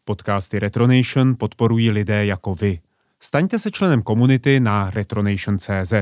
Podcasty Retronation podporují lidé jako vy. Staňte se členem komunity na retronation.cz.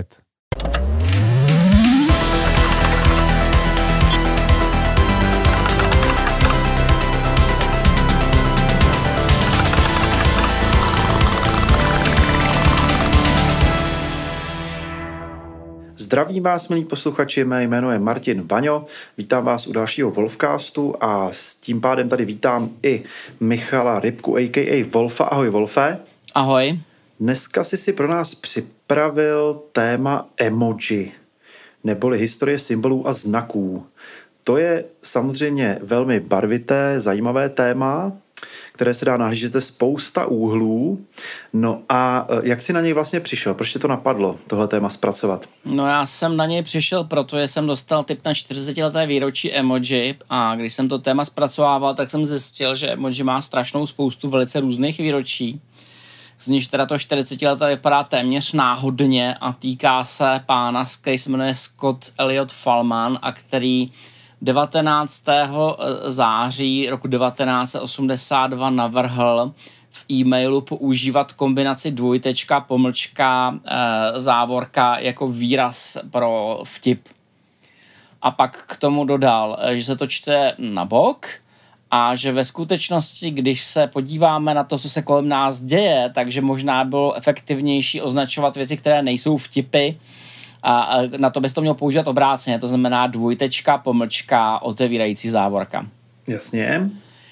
Zdravím vás, milí posluchači, mé jméno je Martin Vaňo, vítám vás u dalšího Wolfcastu a s tím pádem tady vítám i Michala Rybku, a.k.a. Wolfa. Ahoj, Wolfe. Ahoj. Dneska jsi pro nás připravil téma emoji, neboli historie symbolů a znaků. To je samozřejmě velmi barvité, zajímavé téma, které se dá nahlížet ze spousta úhlů. No a jak jsi na něj vlastně přišel? Proč tě to napadlo, tohle téma zpracovat? No já jsem na něj přišel, protože jsem dostal tip na 40leté výročí emoji a když jsem to téma zpracovával, tak jsem zjistil, že emoji má strašnou spoustu velice různých výročí. Z níž teda to 40leté vypadá téměř náhodně a týká se pána, který se jmenuje Scott Elliot Fallman a který 19. září roku 1982 navrhl v e-mailu používat kombinaci dvojtečka, pomlčka, závorka jako výraz pro vtip. A pak k tomu dodal, že se to čte na bok a že ve skutečnosti, když se podíváme na to, co se kolem nás děje, takže možná bylo efektivnější označovat věci, které nejsou vtipy, a na to bys to měl používat obráceně, to znamená dvojtečka, pomlčka, otevírající závorka. Jasně.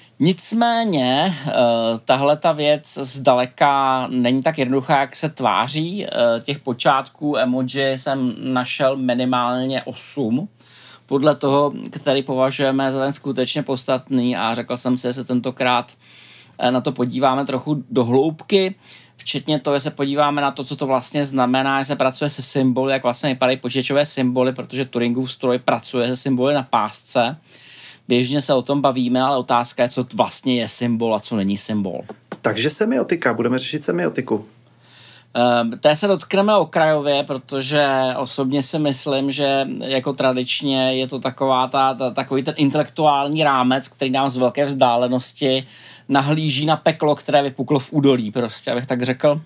Nicméně, tahle ta věc zdaleka není tak jednoduchá, jak se tváří. Těch počátků emoji jsem našel minimálně 8, podle toho, který považujeme za ten skutečně podstatný a řekl jsem si, že se tentokrát na to podíváme trochu do hloubky. Včetně toho, že se podíváme na to, co to vlastně znamená, že se pracuje se symboly, jak vlastně vypadají počítačové symboly, protože Turingův stroj pracuje se symboly na pásce. Běžně se o tom bavíme, ale otázka je, co vlastně je symbol a co není symbol. Takže semiotika, budeme řešit semiotiku. Té se dotkneme okrajově, protože osobně si myslím, že jako tradičně je to takový ten intelektuální rámec, který nám z velké vzdálenosti nahlíží na peklo, které vypuklo v údolí, prostě, abych tak řekl.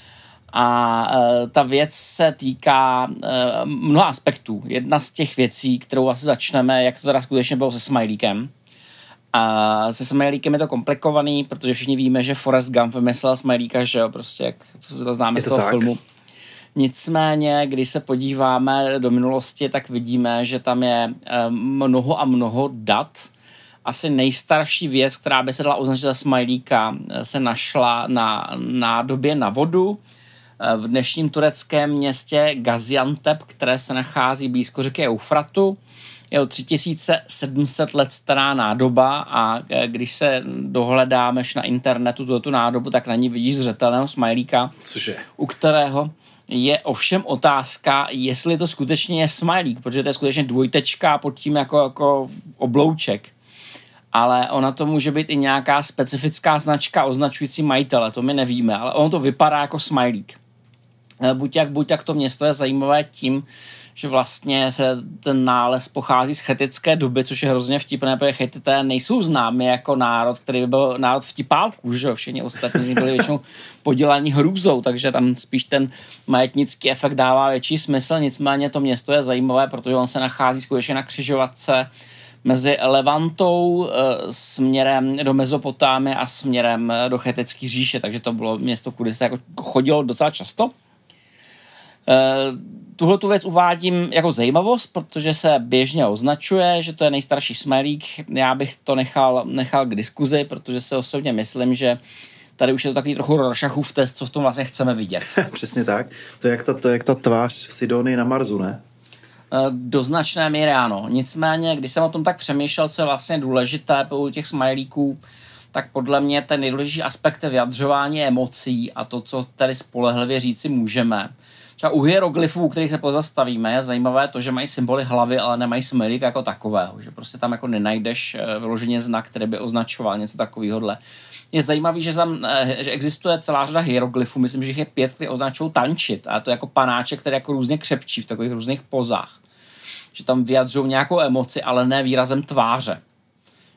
A ta věc se týká mnoha aspektů. Jedna z těch věcí, kterou asi začneme, jak to teda skutečně bylo se smajlíkem. A se smajlíkem je to komplikovaný, protože všichni víme, že Forrest Gump vymyslel smajlíka, že jo, prostě jak to známe z toho filmu. Nicméně, když se podíváme do minulosti, tak vidíme, že tam je mnoho a mnoho dat. Asi nejstarší věc, která by se dala označit za smajlíka, se našla na nádobě na vodu v dnešním tureckém městě Gaziantep, které se nachází blízko řeky Eufratu. Je to 3700 let stará nádoba a když se dohledáme na internetu tu nádobu, tak na ní vidíš zřetelného smajlíka, Cože? U kterého je ovšem otázka, jestli to skutečně je smajlík, protože to je skutečně dvojtečka pod tím jako oblouček. Ale ona to může být i nějaká specifická značka označující majitele, to my nevíme, ale ono to vypadá jako smajlík. Buď jak to město je zajímavé tím, že vlastně se ten nález pochází z chetické doby, což je hrozně vtipné, protože Chetité nejsou známi jako národ, který by byl národ vtipálků, že jo, všichni ostatní byli většinou podělaní hrůzou, takže tam spíš ten majetnický efekt dává větší smysl, nicméně to město je zajímavé, protože on se nachází skutečně na křižovatce mezi Levantou směrem do Mezopotámie a směrem do Chetické říše, takže to bylo město, kudy se jako chodilo docela často. Tuhletu věc uvádím jako zajímavost, protože se běžně označuje, že to je nejstarší smajlík. Já bych to nechal k diskuzi, protože si osobně myslím, že tady už je to takový trochu Rorschachův test, co v tom vlastně chceme vidět. Přesně tak. To je jak ta tvář v Sidonii na Marsu, ne? Do značné míry ano. Nicméně, když jsem o tom tak přemýšlel, co je vlastně důležité u těch smajlíků, tak podle mě ten nejdůležitější aspekt je vyjadřování emocí a to, co tady spolehlivě říci můžeme. Třeba u hieroglyfů, u kterých se pozastavíme, je zajímavé to, že mají symboly hlavy, ale nemají smajlík jako takového. Že prostě tam jako nenajdeš vyloženě znak, který by označoval něco takovýhodle. Je zajímavý, že existuje celá řada hieroglyfů, myslím, že jich je 5, které označují tančit. A to je jako panáček, který jako různě křepčí v takových různých pozách. Že tam vyjadřují nějakou emoci, ale ne výrazem tváře.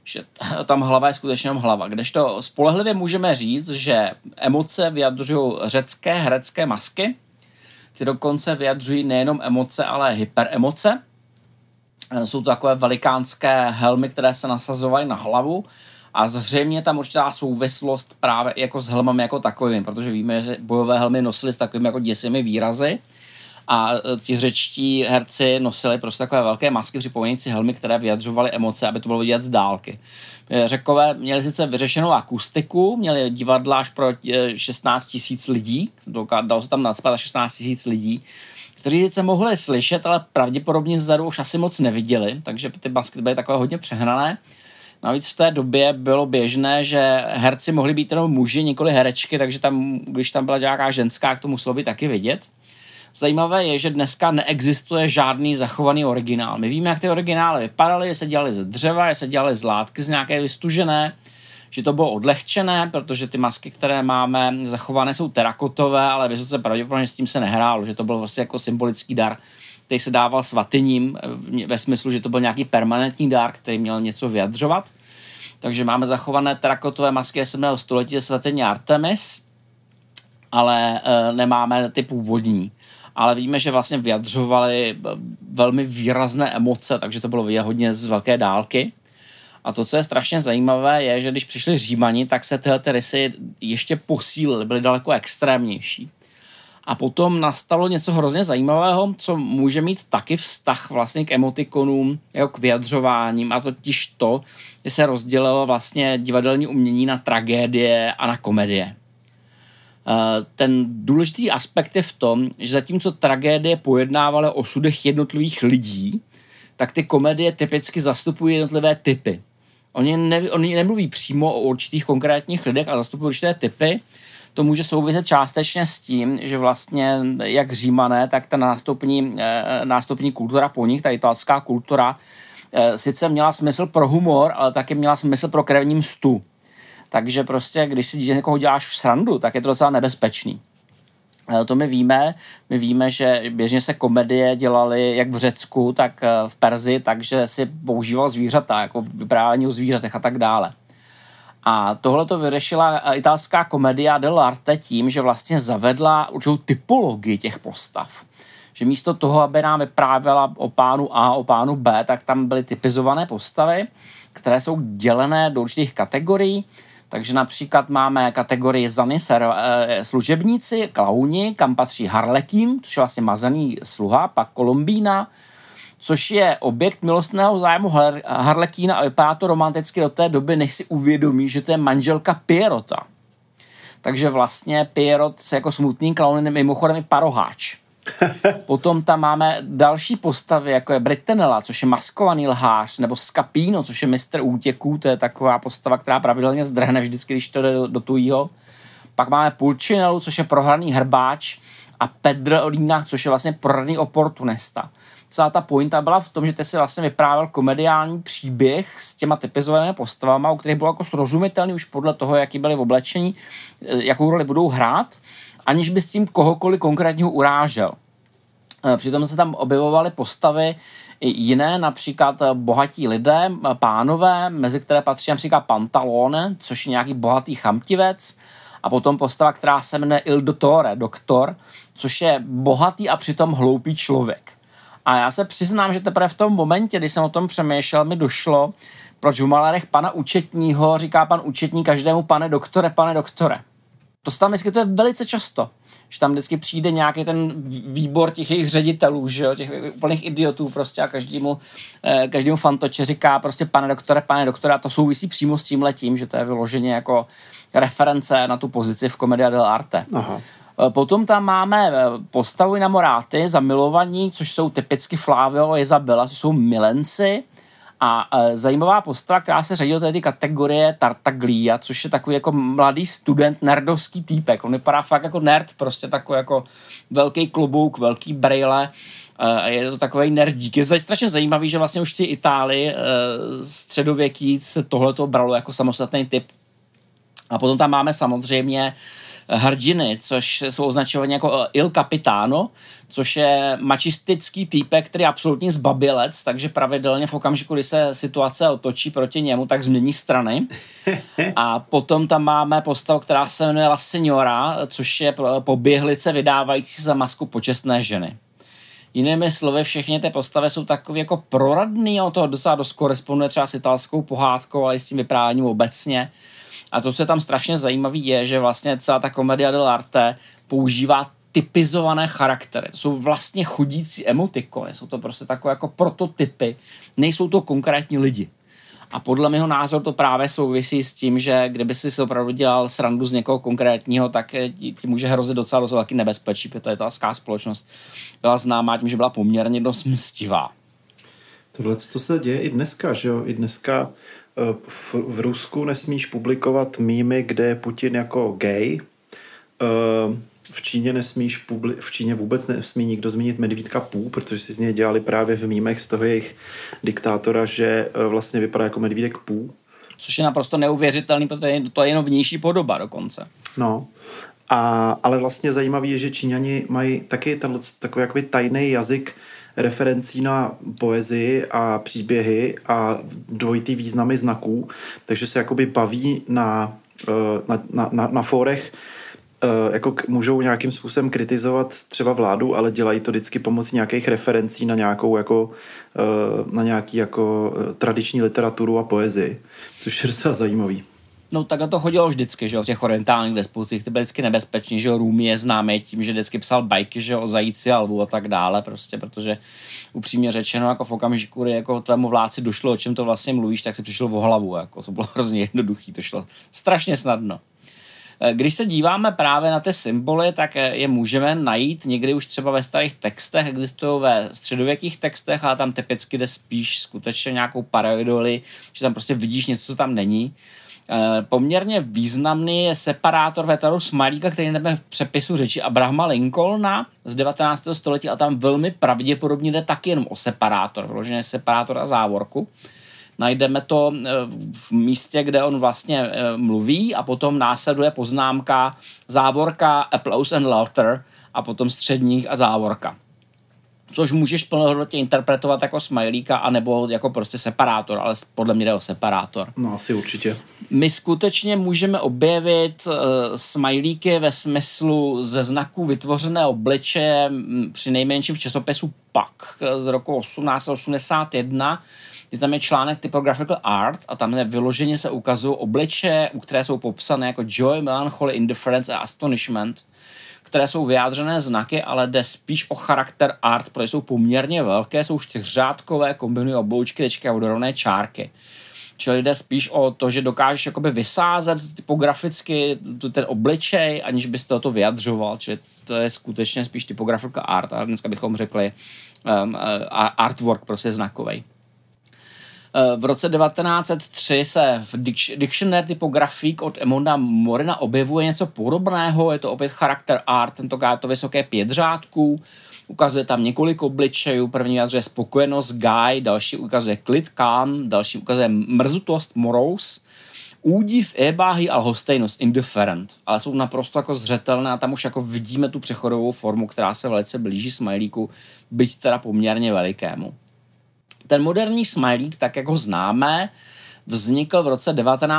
že tam hlava je skutečně jenom hlava. Kdežto spolehlivě můžeme říct, že emoce vyjadřují řecké herecké masky, ty dokonce vyjadřují nejenom emoce, ale hyperemoce. Jsou to takové velikánské helmy, které se nasazovaly na hlavu a zřejmě tam určitá souvislost právě jako s helmami jako takovými, protože víme, že bojové helmy nosily s takovými jako děsivými výrazy a ti řečtí herci nosili prostě takové velké masky připomínající helmy, které vyjadřovaly emoce, aby to bylo vidět z dálky. Řekové měli sice vyřešenou akustiku, měli divadla až pro 16 000 lidí, dalo se tam nacpat až 16 000 lidí, kteří sice mohli slyšet, ale pravděpodobně zezadu už asi moc neviděli, takže ty masky byly takové hodně přehnané. Navíc v té době bylo běžné, že herci mohli být jenom muži, nikoli herečky, takže tam, když tam byla nějaká ženská, to muselo být taky vidět. Zajímavé je, že dneska neexistuje žádný zachovaný originál. My víme, jak ty originály vypadaly, že se dělaly ze dřeva, že se dělaly z látky z nějaké vystužené, že to bylo odlehčené, protože ty masky, které máme zachované, jsou terakotové, ale vysoce pravděpodobně s tím se nehrálo, že to byl vlastně jako symbolický dar, který se dával svatyním, ve smyslu, že to byl nějaký permanentní dar, který měl něco vyjadřovat. Takže máme zachované terakotové masky 7. století ze svatyně Artemis, ale nemáme ty původní. Ale víme, že vlastně vyjadřovali velmi výrazné emoce, takže to bylo vidět hodně z velké dálky. A to, co je strašně zajímavé, je, že když přišli Římani, tak se tyhle rysy ještě posílily, byly daleko extrémnější. A potom nastalo něco hrozně zajímavého, co může mít taky vztah vlastně k emotikonům, jako k vyjadřováním, a totiž to, že se rozdělilo vlastně divadelní umění na tragédie a na komedie. Ten důležitý aspekt je v tom, že zatímco tragédie pojednávaly o osudech jednotlivých lidí, tak ty komedie typicky zastupují jednotlivé typy. Oni nemluví přímo o určitých konkrétních lidech, ale zastupují určité typy. To může souviset částečně s tím, že vlastně jak Římané, tak ta nástupní kultura po nich, ta italská kultura, sice měla smysl pro humor, ale taky měla smysl pro krevní mstu. Takže prostě, když si někoho děláš srandu, tak je to docela nebezpečný. To my víme, že běžně se komedie dělaly jak v Řecku, tak v Perzii, takže si používal zvířata, jako vyprávění o zvířatech a tak dále. A tohle to vyřešila italská komedia dell'arte tím, že vlastně zavedla určitou typologii těch postav. Že místo toho, aby nám vyprávěla o pánu A, o pánu B, tak tam byly typizované postavy, které jsou dělené do určitých kategorií. Takže například máme kategorii zaniser, služebníci, klauni, kam patří harlekín, což je vlastně mazaný sluha, pak Kolumbína, což je objekt milostného zájmu harlekína a vypadá to romanticky do té doby, než si uvědomí, že to je manželka Pierrota. Takže vlastně Pierrot jako smutný klaun mimochodem je paroháč. Potom tam máme další postavy, jako je Britanella, což je maskovaný lhář, nebo Scapino, což je mistr útěků, to je taková postava, která pravidelně zdrhne vždycky, když to jde do tujího. Pak máme Pulcinellu, což je prohraný hrbáč, a Pedrolina, což je vlastně prohraný oportunista. Celá ta pointa byla v tom, že ty si vlastně vyprávěl komediální příběh s těma typizovanými postavama, u kterých bylo jako srozumitelný už podle toho, jaký byli v oblečení, jakou roli budou hrát, aniž by s tím kohokoliv konkrétního urážel. Přitom se tam objevovaly postavy jiné, například bohatí lidé, pánové, mezi které patří například Pantalone, což je nějaký bohatý chamtivec, a potom postava, která se jmenuje Il Dottore, doktor, což je bohatý a přitom hloupý člověk. A já se přiznám, že teprve v tom momentě, kdy jsem o tom přemýšlel, mi došlo, proč v malerech pana účetního říká pan účetní každému pane doktore. To se tam vyskytuje velice často, že tam vždycky přijde nějaký ten výbor těch jejich ředitelů, že jo, těch úplných idiotů prostě a každému fantoče říká prostě pane doktore a to souvisí přímo s tímhletím, že to je vyloženě jako reference na tu pozici v Commedia dell'arte. Aha. Potom tam máme postavu inamoráty, zamilovaní, což jsou typicky Flavio a Isabella, což jsou milenci. A zajímavá postava, která se řadí do té kategorie Tartaglia, což je takový jako mladý student, nerdovský týpek. On vypadá fakt jako nerd, prostě takový jako velký klobouk, velký brejle. Je to takový nerdík. Je strašně zajímavý, že vlastně už v té Itálii středověký se tohleto bralo jako samostatný typ. A potom tam máme samozřejmě hrdiny, což jsou označovaní jako Il Capitano, což je mačistický týpek, který je absolutní zbabělec, takže pravidelně v okamžiku, kdy se situace otočí proti němu, tak změní strany. A potom tam máme postavu, která se jmenuje La Signora, což je poběhlice vydávající za masku počestné ženy. Jinými slovy, všechny ty postavy jsou takové jako proradný, a to docela dost koresponduje třeba s italskou pohádkou, ale i s tím vyprávěním obecně. A to, co je tam strašně zajímavé, je, že vlastně celá ta Commedia dell'arte používá typizované charaktery. To jsou vlastně chodící emotikony, jsou to prostě takové jako prototypy, nejsou to konkrétní lidi. A podle mého názoru to právě souvisí s tím, že kdyby si opravdu dělal srandu z někoho konkrétního, tak ti může hrozit docela velký nebezpečí, protože ta italská společnost byla známá tím, že byla poměrně dost mstivá. Tohle to se děje i dneska, že jo? I dneska v Rusku nesmíš publikovat mýmy, kde je Putin jako gay. V Číně vůbec nesmí nikdo zmínit medvídka Pů, protože si z něj dělali právě v mýmech z toho jejich diktátora, že vlastně vypadá jako medvídek Pů. Což je naprosto neuvěřitelný, protože to je jenom vnější podoba dokonce. No, ale vlastně zajímavý je, že Číňani mají taky takový jakoby tajný jazyk referencí na poezii a příběhy a dvojitý významy znaků, takže se jakoby baví na fórech, jako můžou nějakým způsobem kritizovat třeba vládu, ale dělají to vždycky pomocí nějakých referencí na nějakou na nějaký jako tradiční literaturu a poezii, což je docela zajímavý. No takhle to chodilo vždycky, že jo, v těch orientálních despotích, ty byly vždycky nebezpečný, že jo, Rumi je známý tím, že vždycky psal bajky, že jo, o zajíci a lvu a tak dále, prostě, protože upřímně řečeno, jako v okamžiku, kdy jako tvému vládci došlo, o čem to vlastně mluvíš, tak si přišel o hlavu, jako to bylo hrozně jednoduchý, to šlo strašně snadno. Když se díváme právě na ty symboly, tak je můžeme najít někdy už třeba ve starých textech, existují ve středověkých textech, ale tam typicky jde spíš skutečně nějakou pareidoly, že tam prostě vidíš něco, co tam není. Poměrně významný je separátor ve tvaru smajlíka, který najdeme v přepisu řeči Abrahama Lincolna z 19. století a tam velmi pravděpodobně jde taky jenom o separátor, vyloženě separátor a závorku. Najdeme to v místě, kde on vlastně mluví a potom následuje poznámka závorka applause and laughter a potom středník a závorka. Což můžeš plnohodnotně interpretovat jako smajlíka anebo jako prostě separátor, ale podle mě jde o separátor. No asi určitě. My skutečně můžeme objevit smajlíky ve smyslu ze znaků vytvořené obličeje při nejmenším v časopisu PAK z roku 1881, kdy tam je článek Typographical Art a tam vyloženě se ukazují obličeje, u které jsou popsané jako joy, melancholy, indifference a astonishment, které jsou vyjádřené znaky, ale jde spíš o charakter art, protože jsou poměrně velké, jsou čtyřřádkové, kombinují obloučky, tečky a vodorovné čárky. Čili jde spíš o to, že dokážeš jakoby vysázet typograficky ten obličej, aniž bys to vyjadřoval, čili to je skutečně spíš typographical art, a dneska bychom řekli artwork, prostě znakovej. V roce 1903 se v Dictionnaire typographique od Emonda Morina objevuje něco podobného, je to opět charakter art, tentokrát to vysoké 5 řádků, ukazuje tam několik obličejů, první vyjadřuje spokojenost Guy, další ukazuje klid calm, další ukazuje mrzutost morose, údiv ébáhy a lhostejnost indifferent, ale jsou naprosto jako zřetelné a tam už jako vidíme tu přechodovou formu, která se velice blíží smajlíku, byť teda poměrně velikému. Ten moderní smajlík, tak jak ho známe, vznikl v roce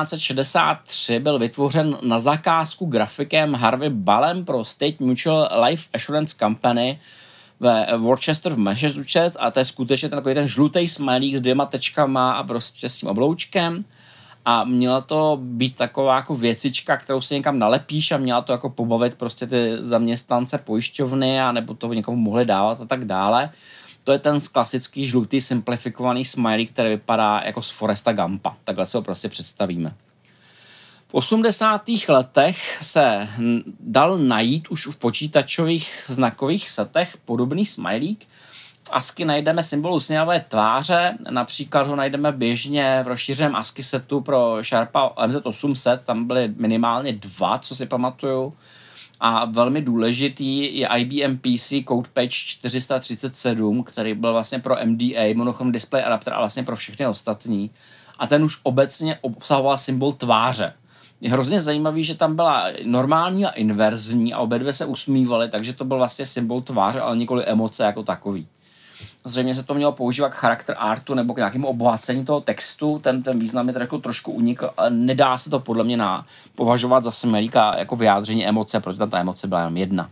1963, byl vytvořen na zakázku grafikem Harvey Ballem pro State Mutual Life Assurance Company ve Worcester v Massachusetts a to je skutečně takový ten žlutý smajlík s 2 tečkama a prostě s tím obloučkem a měla to být taková jako věcička, kterou si někam nalepíš a měla to jako pobavit prostě ty zaměstnance pojišťovny a nebo to někomu mohli dávat a tak dále. To je ten klasický žlutý simplifikovaný smiley, který vypadá jako z Foresta Gumpa. Takhle si ho prostě představíme. V 80. letech se dal najít už v počítačových znakových setech podobný smajlík. V ASCII najdeme symbol usměvavé tváře, například ho najdeme běžně v rozšířeném ASCII setu pro Sharpa MZ800, tam byly minimálně 2, co si pamatuju. A velmi důležitý je IBM PC Code Patch 437, který byl vlastně pro MDA, Monochrome Display Adapter a vlastně pro všechny ostatní. A ten už obecně obsahoval symbol tváře. je hrozně zajímavý, že tam byla normální a inverzní a obě dvě se usmívaly, takže to byl vlastně symbol tváře, ale nikoli emoce jako takový. Zřejmě se to mělo používat k charakter artu nebo k nějakému obohacení toho textu, ten význam je trošku unikl, ale nedá se to podle mě považovat za smajlíka jako vyjádření emoce, protože tam ta emoce byla jenom jedna.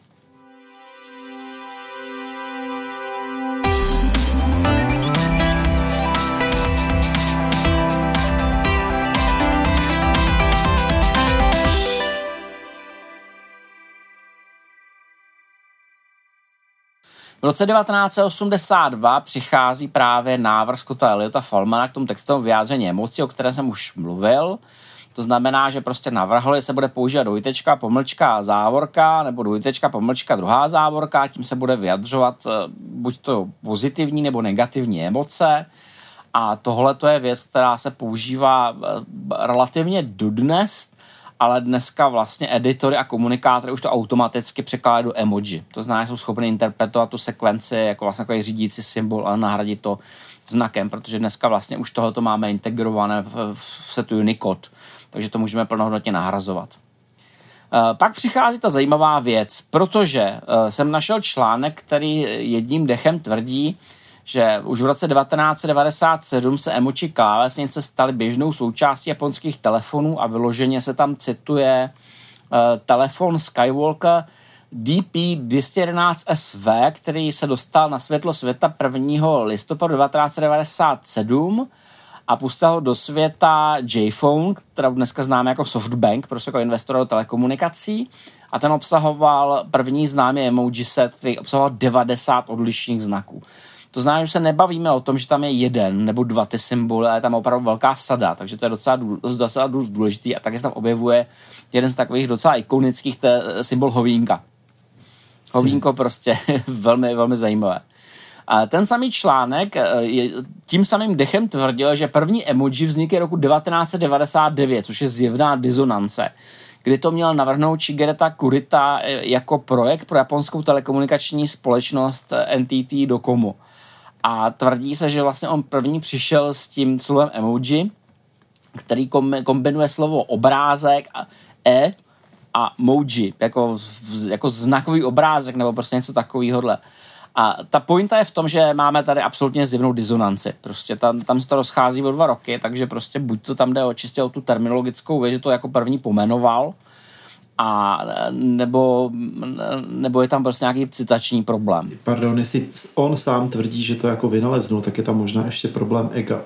V roce 1982 přichází právě návrh Scotta Eliota Fallmana k tomu textovému vyjádření emocí, o kterém jsem už mluvil. To znamená, že prostě navrhl, že se bude používat dvojtečka, pomlčka, závorka, nebo dvojtečka, pomlčka, druhá závorka, tím se bude vyjadřovat buď to pozitivní nebo negativní emoce. A tohle to je věc, která se používá relativně dodnes, ale dneska vlastně editory a komunikátory už to automaticky překládají do emoji. To znamená, že jsou schopni interpretovat tu sekvenci jako vlastně jako řídící symbol a nahradit to znakem, protože dneska vlastně už tohoto máme integrované v setu Unicode, takže to můžeme plnohodnotně nahrazovat. Pak přichází ta zajímavá věc, protože jsem našel článek, který jedním dechem tvrdí, že už v roce 1997 se emoji klávesnice staly běžnou součástí japonských telefonů a vyloženě se tam cituje telefon Skywalker DP211SV, který se dostal na světlo světa 1. listopadu 1997 a pustil ho do světa J-Phone, kterou dneska známe jako SoftBank, prostě jako investor do telekomunikací, a ten obsahoval první známý emoji set, který obsahoval 90 odlišných znaků. To znamená, že se nebavíme o tom, že tam je jeden nebo dva ty symboly, ale tam je opravdu velká sada, takže to je docela důležitý a taky se tam objevuje jeden z takových docela ikonických, symbol hovínka. Hovínko prostě velmi, velmi zajímavé. A ten samý článek tím samým dechem tvrdil, že první emoji vznikly roku 1999, což je zjevná disonance, kdy to měl navrhnout Shigereta Kurita jako projekt pro japonskou telekomunikační společnost NTT Docomo. A tvrdí se, že vlastně on první přišel s tím slovem emoji, který kombinuje slovo obrázek a moji, jako znakový obrázek nebo prostě něco takovýhodle. A ta pointa je v tom, že máme tady absolutně zjevnou disonanci. Prostě tam se to rozchází o 2 roky, takže prostě buď to tam jde čistě o tu terminologickou věc, že to jako první pomenoval, a nebo je tam prostě nějaký citační problém. Pardon, jestli on sám tvrdí, že to jako vynaleznul, tak je tam možná ještě problém ega.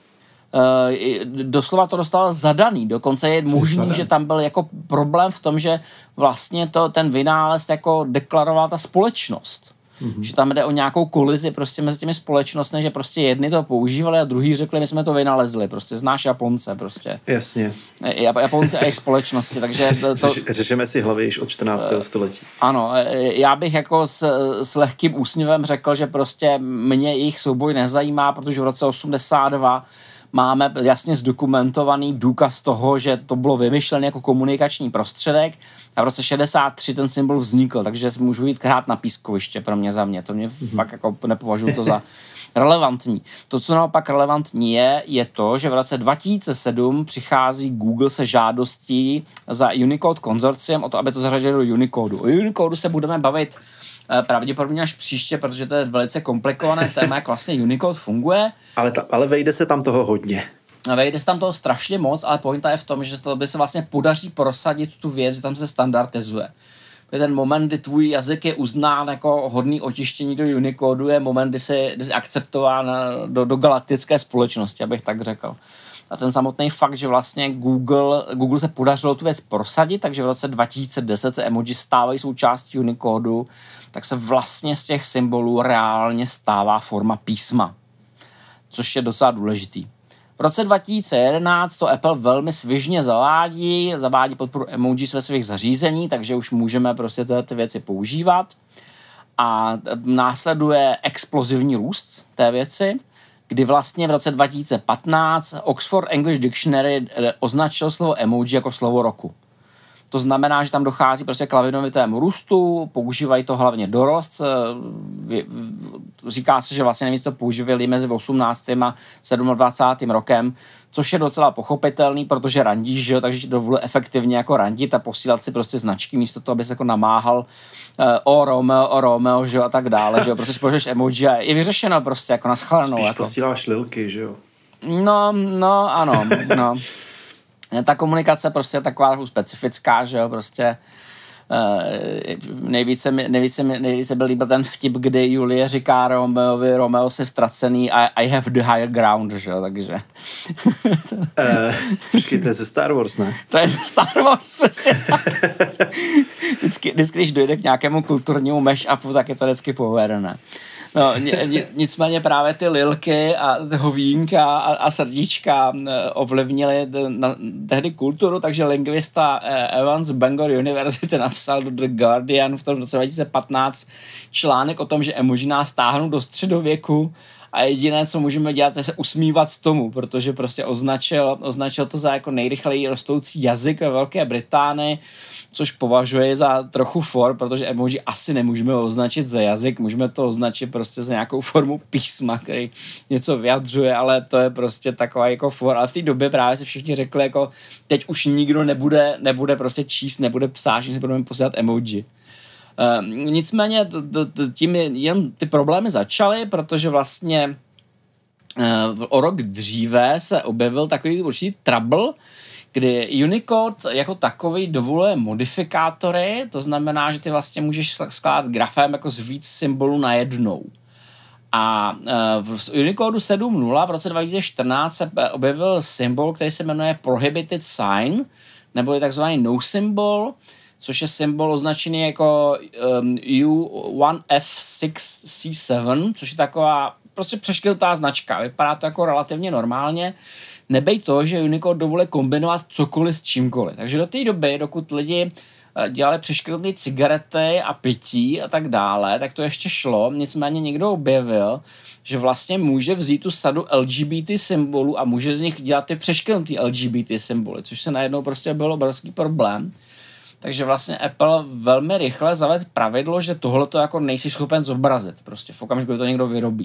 Doslova to dostal zadaný, dokonce je možný, že tam byl jako problém v tom, že vlastně ten vynález jako deklarovala ta společnost. Že tam jde o nějakou kolizi prostě mezi těmi společnostmi, že prostě jedni to používali a druhý řekli, my jsme to vynalezli, prostě znáš Japonce prostě. Jasně. Japonce a jejich společnosti, takže řešíme si hlavy již od 14. století. Ano, já bych jako s lehkým úsměvem řekl, že prostě mě jejich souboj nezajímá, protože v roce 82 máme jasně zdokumentovaný důkaz toho, že to bylo vymyšlené jako komunikační prostředek a v roce 63 ten symbol vznikl, takže můžu jít hrát na pískoviště pro mě za mě. To mě fakt jako nepovažuji to za relevantní. To, co naopak relevantní je to, že v roce 2007 přichází Google se žádostí za Unicode konzorciem o to, aby to zařadili do Unicodu. O Unicodu se budeme bavit pravděpodobně až příště, protože to je velice komplikované téma, jak vlastně Unicode funguje. Ale vejde se tam toho hodně. Vejde se tam toho strašně moc, ale pointa je v tom, že to by se vlastně podaří prosadit tu věc, že tam se standardizuje. Ten moment, kdy tvůj jazyk je uznán jako hodný otištění do Unicodu, je moment, kdy jsi akceptován do galaktické společnosti, abych tak řekl. A ten samotný fakt, že vlastně Google se podařilo tu věc prosadit, takže v roce 2010 se emoji stávají součástí Unicodu, tak se vlastně z těch symbolů reálně stává forma písma, což je docela důležitý. V roce 2011 to Apple velmi svižně zavádí podporu emoji ve svých zařízení, takže už můžeme prostě ty věci používat. A následuje explozivní růst té věci, kdy vlastně v roce 2015 Oxford English Dictionary označil slovo emoji jako slovo roku. To znamená, že tam dochází prostě k lavinovitému růstu, používají to hlavně dorost. Říká se, že vlastně nejvíc to používali mezi 18. a 27. rokem, což je docela pochopitelný, protože randíš, že jo, takže ti dovoluje efektivně jako randit a posílat si prostě značky místo toho, abys jako namáhal o Romeo, že jo, a tak dále, že jo, prostě pošleš emoji a je vyřešeno prostě jako naschledanou. Spíš jako. posíláš lilky, že jo? No, ano, no. Ta komunikace prostě je taková specifická, že jo, prostě nejvíce byl líbil ten vtip, kdy Julie říká Romeovi, Romeo se ztracený, I have the higher ground, že jo, takže. Počkej, to je ze Star Wars, ne? To je ze Star Wars, přesně tak. Vždycky, když dojde k nějakému kulturnímu mash-upu, tak je to vždycky povedené. No, nicméně právě ty lilky a hovínka a srdíčka ovlivnily tehdy kulturu, takže lingvista Evans Bangor University napsal do The Guardian v tom roce 2015 článek o tom, že emoji nás táhnou do středověku a jediné, co můžeme dělat, je se usmívat tomu, protože prostě označil to za jako nejrychleji rostoucí jazyk ve Velké Británii, což považuji za trochu for, protože emoji asi nemůžeme označit za jazyk, můžeme to označit prostě za nějakou formu písma, který něco vyjadřuje, ale to je prostě taková jako for. Ale v té době právě si všichni řekli, jako teď už nikdo nebude prostě číst, nebude psát, že si budeme posílat emoji. Nicméně tím jen ty problémy začaly, protože vlastně o rok dříve se objevil takový určitý trouble, kdy Unicode jako takový dovoluje modifikátory, to znamená, že ty vlastně můžeš skládat grafem jako z víc symbolů najednou. A v Unicode 7.0 v roce 2014 se objevil symbol, který se jmenuje Prohibited Sign, nebo je takzvaný no symbol, což je symbol označený jako U1F6C7, což je taková prostě přeškrtnutá značka. Vypadá to jako relativně normálně. Nebej to, že Unicode dovoluje kombinovat cokoliv s čímkoliv. Takže do té doby, dokud lidi dělali přeškrtnuté cigarety a pití a tak dále, tak to ještě šlo. Nicméně někdo objevil, že vlastně může vzít tu sadu LGBT symbolů a může z nich dělat ty přeškrtnuté LGBT symboly, což se najednou prostě byl obrovský problém. Takže vlastně Apple velmi rychle zavedl pravidlo, že tohle to jako nejsi schopen zobrazit. Prostě v okamžiku, kdy to někdo vyrobí.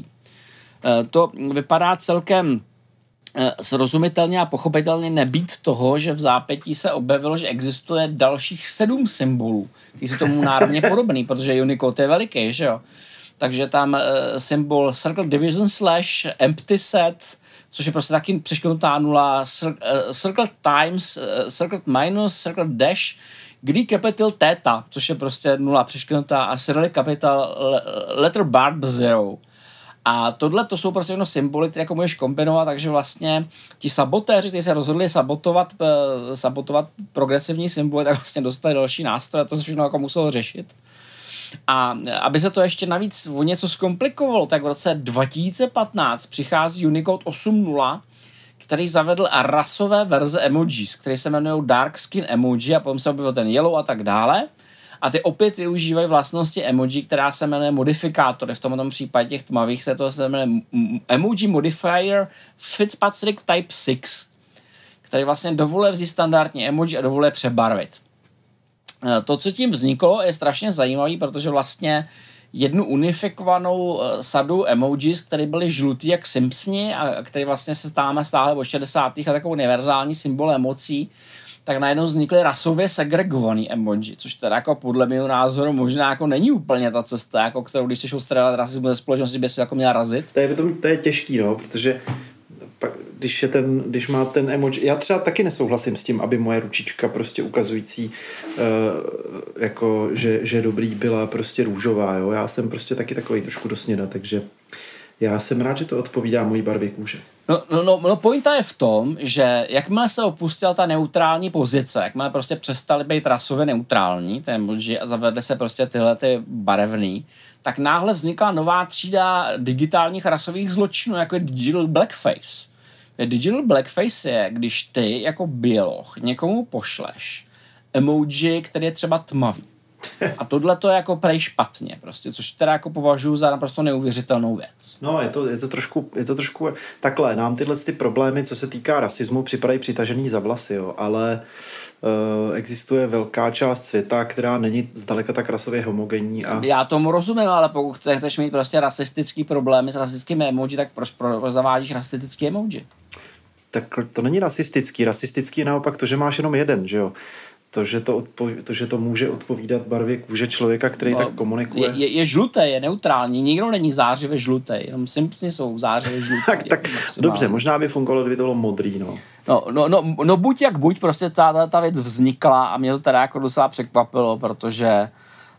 To vypadá celkem srozumitelně a pochopitelně nebýt toho, že v zápětí se objevilo, že existuje dalších 7 symbolů, který jsou tomu národně podobný, protože Unicode je veliký, že jo? Takže tam symbol Circle Division / Empty Set, což je prostě taky přeškrtnutá nula, Circle Times, Circle Minus, Circle Dash, Greek Capital Theta, což je prostě nula přeškrtnutá a Cyrillic Capital Letter Bar 0. A tohle to jsou prostě symboly, které jako můžeš kombinovat, takže vlastně ti sabotéři, kteří se rozhodli sabotovat progresivní symboly, tak vlastně dostali další nástroje, to se všechno jako muselo řešit. A aby se to ještě navíc o něco zkomplikovalo, tak v roce 2015 přichází Unicode 8.0, který zavedl rasové verze emojis, které se jmenují Dark Skin Emoji a potom se objevil ten Yellow a tak dále. A ty opět využívají vlastnosti emoji, která se jmenuje modifikátory. V tomto případě těch tmavých se jmenuje Emoji Modifier Fitzpatrick Type 6, který vlastně dovoluje vzít standardní emoji a dovoluje přebarvit. To, co tím vzniklo, je strašně zajímavý, protože vlastně jednu unifikovanou sadu emojis, které byly žlutý jak Simpsoni a které vlastně se stále od 60. a takovou univerzální symbol emocí, tak najednou vznikly rasově segregovaný emoji, což teda jako podle mého názoru možná jako není úplně ta cesta, jako kterou když chceš odstraňovat rasismus ze společnosti, by se jako měla razit. To je těžký, no, protože když má ten emoji, já třeba taky nesouhlasím s tím, aby moje ručička prostě ukazující jako, že dobrý byla prostě růžová, jo, já jsem prostě taky takový trošku do sněda, takže já jsem rád, že to odpovídá mojí barvě kůže. No, pointa je v tom, že jakmile se opustila ta neutrální pozice, jakmile prostě přestali být rasově neutrální, ty emoji, a zavedly se prostě tyhle ty barevný, tak náhle vznikla nová třída digitálních rasových zločinů, jako je digital blackface. Digital blackface je, když ty jako běloch někomu pošleš emoji, který je třeba tmavý. Jo. A tohle to je jako prej špatně prostě, což teda jako považuji za naprosto neuvěřitelnou věc. No, je to trošku takhle. Nám tyhle ty problémy, co se týká rasismu, připadají přitažený za vlasy, jo, ale existuje velká část světa, která není zdaleka tak rasově homogenní. A... Já tomu rozumím, ale pokud chceš mít prostě rasistický problémy s rasistickými emoji, tak proč zavádíš rasistický emoji? Tak to není rasistický. Rasistický je naopak to, že máš jenom jeden, že jo? To, že to může odpovídat barvě kůže člověka, který tak komunikuje. Je žlutý, je neutrální. Nikdo není zářivě žlutý. Jenom Simpsoni jsou zářivě žlutý. tak dobře, možná by fungovalo, kdyby to bylo modrý, no. No buď jak buď, prostě ta věc vznikla a mě to teda jako docela překvapilo, protože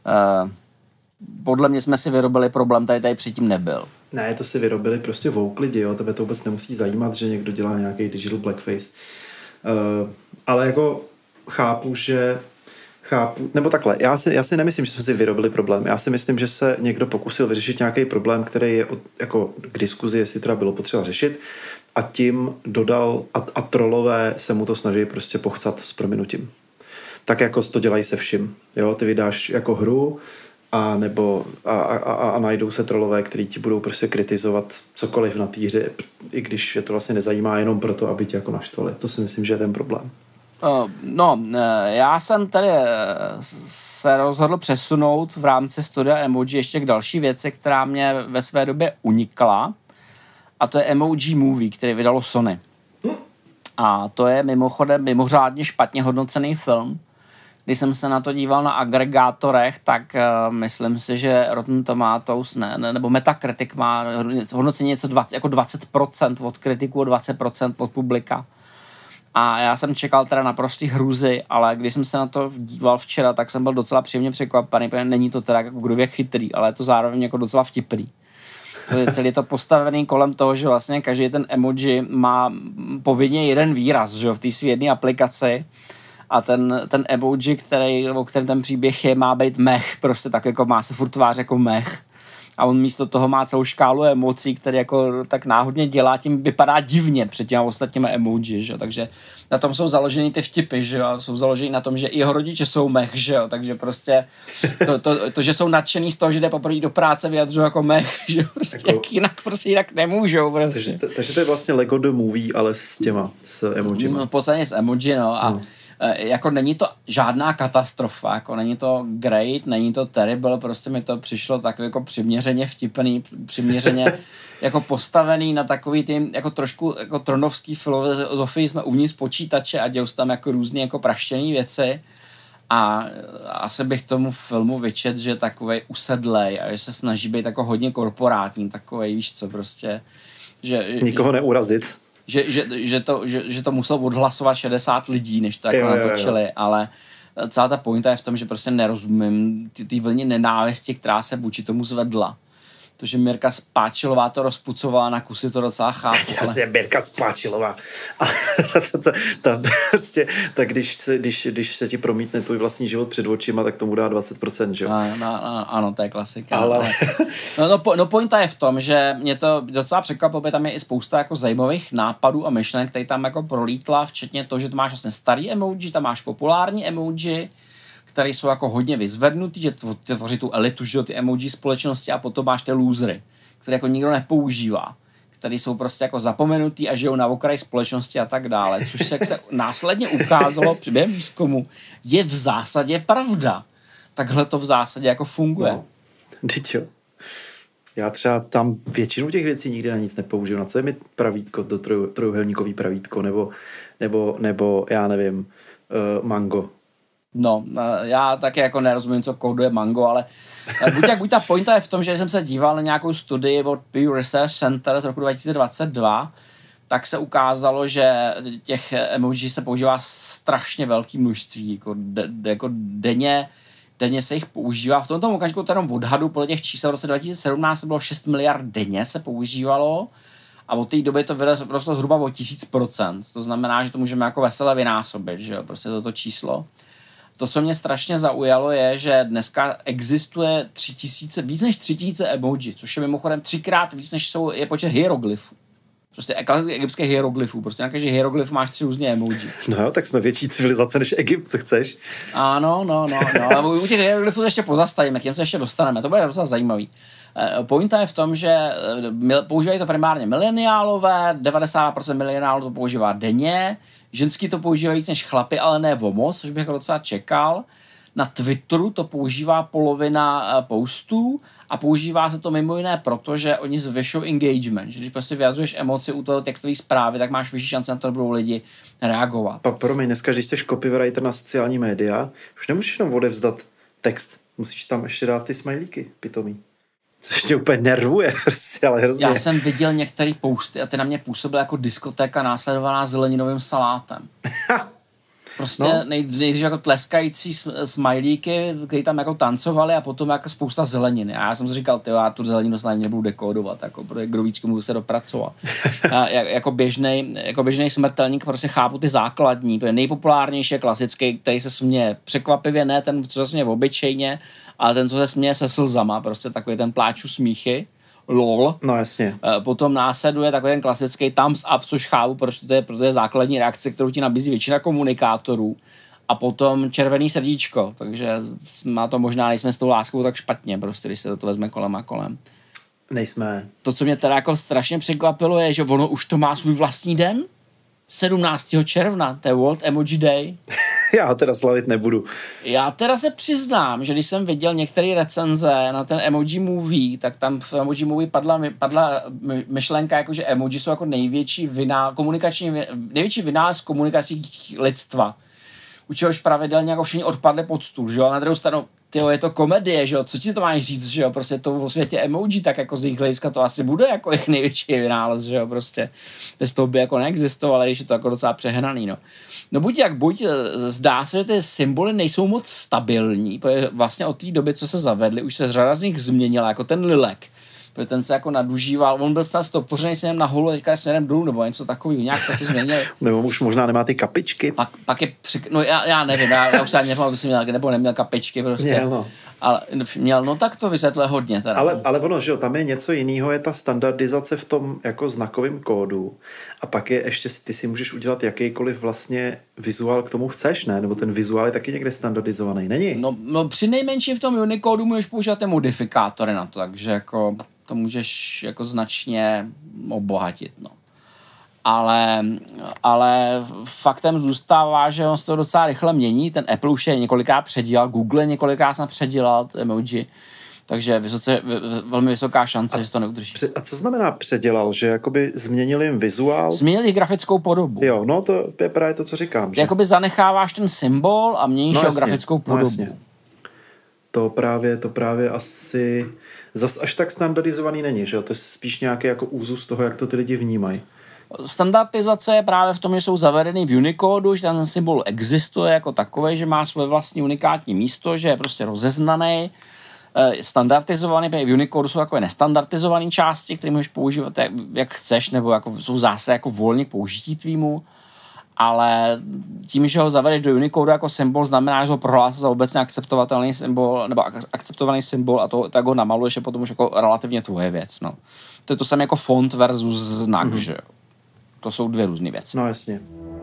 podle mě jsme si vyrobili problém, tady předtím nebyl. Ne, to si vyrobili prostě vouk lidi, jo. Tebe to vůbec nemusí zajímat, že někdo dělá nějaký digital blackface. Ale jako chápu, nebo takhle, já si nemyslím, že jsme si vyrobili problém. Já si myslím, že se někdo pokusil vyřešit nějaký problém, který je jako k diskuzi, jestli teda bylo potřeba řešit, a tím dodal a trolové se mu to snaží prostě pochcat s prominutím. Tak jako to dělají se vším. Jo? Ty vydáš jako hru a najdou se trolové, kteří ti budou prostě kritizovat cokoliv na té hře, i když je to vlastně nezajímá jenom proto, aby tě jako naštvali. To si myslím, že je ten problém. Já jsem tady se rozhodl přesunout v rámci studia emoji ještě k další věci, která mě ve své době unikla, a to je Emoji Movie, který vydalo Sony. A to je mimochodem mimořádně špatně hodnocený film. Když jsem se na to díval na agregátorech, tak myslím si, že Rotten Tomatoes nebo Metacritic má hodnocení něco 20% od kritiků, 20% od publika. A já jsem čekal teda na prostý hrůzy, ale když jsem se na to díval včera, tak jsem byl docela příjemně překvapený, protože není to teda jako kdověk chytrý, ale je to zároveň jako docela vtipný. Celý je to postavený kolem toho, že vlastně každý ten emoji má povinně jeden výraz, že v té své jedné aplikaci, a ten emoji, o kterém ten příběh je, má být mech, prostě tak jako má se furt tvář jako mech. A on místo toho má celou škálu emocí, které jako tak náhodně dělá, tím vypadá divně před těma ostatníma emoji, že? Takže na tom jsou založeny ty vtipy, že jo? Jsou založeny na tom, že i jeho rodiče jsou mech, že jo? Takže prostě to, že jsou nadšený z toho, že jde poprvé do práce, vyjadřují jako mech, že jo? Prostě jako, jinak nemůžou. Prostě. Takže to je vlastně Lego the Movie, ale s emojima. V podstatě s emoji, no. A jako není to žádná katastrofa, jako není to great, není to terrible, prostě mi to přišlo tak jako přiměřeně vtipný, přiměřeně jako postavený na takový ty jako trošku jako tronovský filozofii, jsme uvnitř počítače a dějou se tam jako různý jako praštěný věci, a asi bych tomu filmu vyčet, že je takovej usedlej a že se snaží být jako hodně korporátní, takovej, víš co, prostě, že nikoho neurazit. Že to muselo odhlasovat 60 lidí, než to jako natočili, ale celá ta pointa je v tom, že prostě nerozumím ty vlně nenávisti, která se vůči tomu zvedla. To, že Mirka Spáčilová to rozpucovala na kusy, to docela chápu. Ale... Mirka Spáčilová. Prostě, tak když se ti promítne tvůj vlastní život před očima, tak tomu dá 20%, že jo? Ano, to je klasika. Ale... No pointa je v tom, že mě to docela překvapilo, tam je i spousta jako zajímavých nápadů a myšlenek, který tam jako prolítla, včetně toho, že to máš vlastně starý emoji, tam máš populární emoji, které jsou jako hodně vyzvednutý, že tvoří tu elitu, že ty emoji společnosti, a potom máš ty losery, které jako nikdo nepoužívá, které jsou prostě jako zapomenutý a žijou na okraji společnosti a tak dále, což se, jak se následně ukázalo při během výzkumu, je v zásadě pravda. Takhle to v zásadě jako funguje. No, jo. Já třeba tam většinu těch věcí nikdy na nic nepoužiju. Na co je mi pravítko, to trojuhelníkový pravítko, nebo já nevím, mango. No, já taky jako nerozumím, co kóduje Mango, ale buď ta pointa je v tom, že jsem se díval na nějakou studii od Pew Research Center z roku 2022, tak se ukázalo, že těch emoji se používá strašně velké množství, jako denně se jich používá. V tomto okamžiku to jenom odhadu podle těch čísel v roce 2017 bylo 6 miliard denně se používalo, a od té doby to vyrostlo zhruba o 1000%. To znamená, že to můžeme jako vesele vynásobit, že jo, prostě toto číslo. To, co mě strašně zaujalo, je, že dneska existuje víc než 3000 emoji, což je mimochodem 3x víc, než je počet hieroglyfů. Prostě klasických egyptských hieroglyfů. Prostě na každý hieroglyf máš 3 různé emoji. No jo, tak jsme větší civilizace než Egypt, co chceš. Ano, no. Ale u těch hieroglyfů se ještě pozastavíme, k těm se ještě dostaneme. To bude docela zajímavý. Pointa je v tom, že používají to primárně mileniálové, 90% mileniálů to používá denně, ženský to používají víc než chlapy, ale ne o moc, což bych docela čekal. Na Twitteru to používá polovina postů a používá se to mimo jiné proto, že oni zvyšují engagement, že když prostě vyjadřuješ emoci u toho textové zprávy, tak máš vyšší šance na to, budou lidi reagovat. Promiň, dneska, když jsi copywriter na sociální média, už nemůžeš jenom odevzdat text, musíš tam ještě dát ty smajlíky pitomý. Což tě úplně nervuje, prostě, ale hrozně. Já jsem viděl některé posty a ty na mě působily jako diskotéka následovaná zeleninovým salátem. Prostě nejdřív jako tleskající smajlíky, který tam jako tancovali a potom jako spousta zeleniny. A já jsem si říkal, já tu zeleninu snad nebudu dekodovat, jako, protože k grovíčku můžu se dopracovat. Jako běžnej smrtelník prostě chápu ty základní, nejpopulárnější je klasický, který se směje překvapivě, ne ten, co se směje obyčejně, ale ten, co se směje se slzama, prostě takový ten pláču smíchy. LOL. No jasně. Potom následuje takový ten klasický thumbs up, což chápu, protože to je základní reakce, kterou ti nabízí většina komunikátorů. A potom červený srdíčko, takže má to možná, nejsme s tou láskou tak špatně, prostě, když se to vezme kolem a kolem. Nejsme. To, co mě teda jako strašně překvapilo, je, že ono už to má svůj vlastní den. 17. června, to je World Emoji Day. Já ho teda slavit nebudu. Já teda se přiznám, že když jsem viděl některé recenze na ten Emoji Movie, tak tam v Emoji Movie padla myšlenka, jako, že emoji jsou jako největší vynález komunikací lidstva. U čehož pravidelně jako všichni odpadli pod stůl, že jo? A na druhou stranu, je to komedie, že jo? Co ti to máš říct, že jo? Prostě to vo světě emoji, tak jako z jejich hlediska to asi bude jako jejich největší vynález, že jo? Prostě bez toho by jako neexistovalo, když je to jako docela přehnaný, no. No buď jak buď, zdá se, že ty symboly nejsou moc stabilní, protože vlastně od té doby, co se zavedly, už se řada z nich změnila, jako ten lilek. Protože ten se jako nadužíval, on byl snad stopořený směrem nahoru, teďka je směrem dolů, nebo něco takového, nějak to změnil. Nebo už možná nemá ty kapičky. Pak je no já nevím, já už se ani nepamatuji, jestli měl nebo neměl kapičky prostě. Měl, no. Ale měl, no tak to vysvětluje hodně teda. Ale ono, že jo, tam je něco jiného, je ta standardizace v tom jako znakovém kódu a pak je ještě, ty si můžeš udělat jakýkoliv vlastně vizuál k tomu chceš, ne? Nebo ten vizuál je taky někde standardizovaný, není? No při nejmenším v tom Unicodeu můžeš používat ty modifikátory na to, takže jako to můžeš jako značně obohatit, no. Ale faktem zůstává, že on se to docela rychle mění, ten Apple už je několikrát předělal, Google několikrát snad předělal emoji, takže velmi vysoká šance, že se to neudrží. A co znamená předělal, že jakoby změnili jim vizuál? Změnili grafickou podobu. Jo, no to je právě to, co říkám. Že? Jakoby zanecháváš ten symbol a měníš jeho grafickou podobu. Jasně. To právě asi zas až tak standardizovaný není, že jo? To je spíš nějaký jako úzus toho, jak to ty lidi vnímají. Standardizace je právě v tom, že jsou zavedeny v Unicodeu, že ten symbol existuje jako takový, že má svoje vlastní unikátní místo, že je prostě rozeznaný, standardizovaný. V Unicodeu jsou takové nestandardizované části, které můžeš používat jak chceš, nebo jako, jsou zase jako volně k použití tvýmu, ale tím, že ho zavedeš do Unicodeu jako symbol, znamená, že ho prohlásí za obecně akceptovatelný symbol, nebo akceptovaný symbol a to tak ho namaluješ je potom už jako relativně tvoje věc. No. To je to samé jako font versus znak, že jo. To jsou dvě různé věci. No jasně.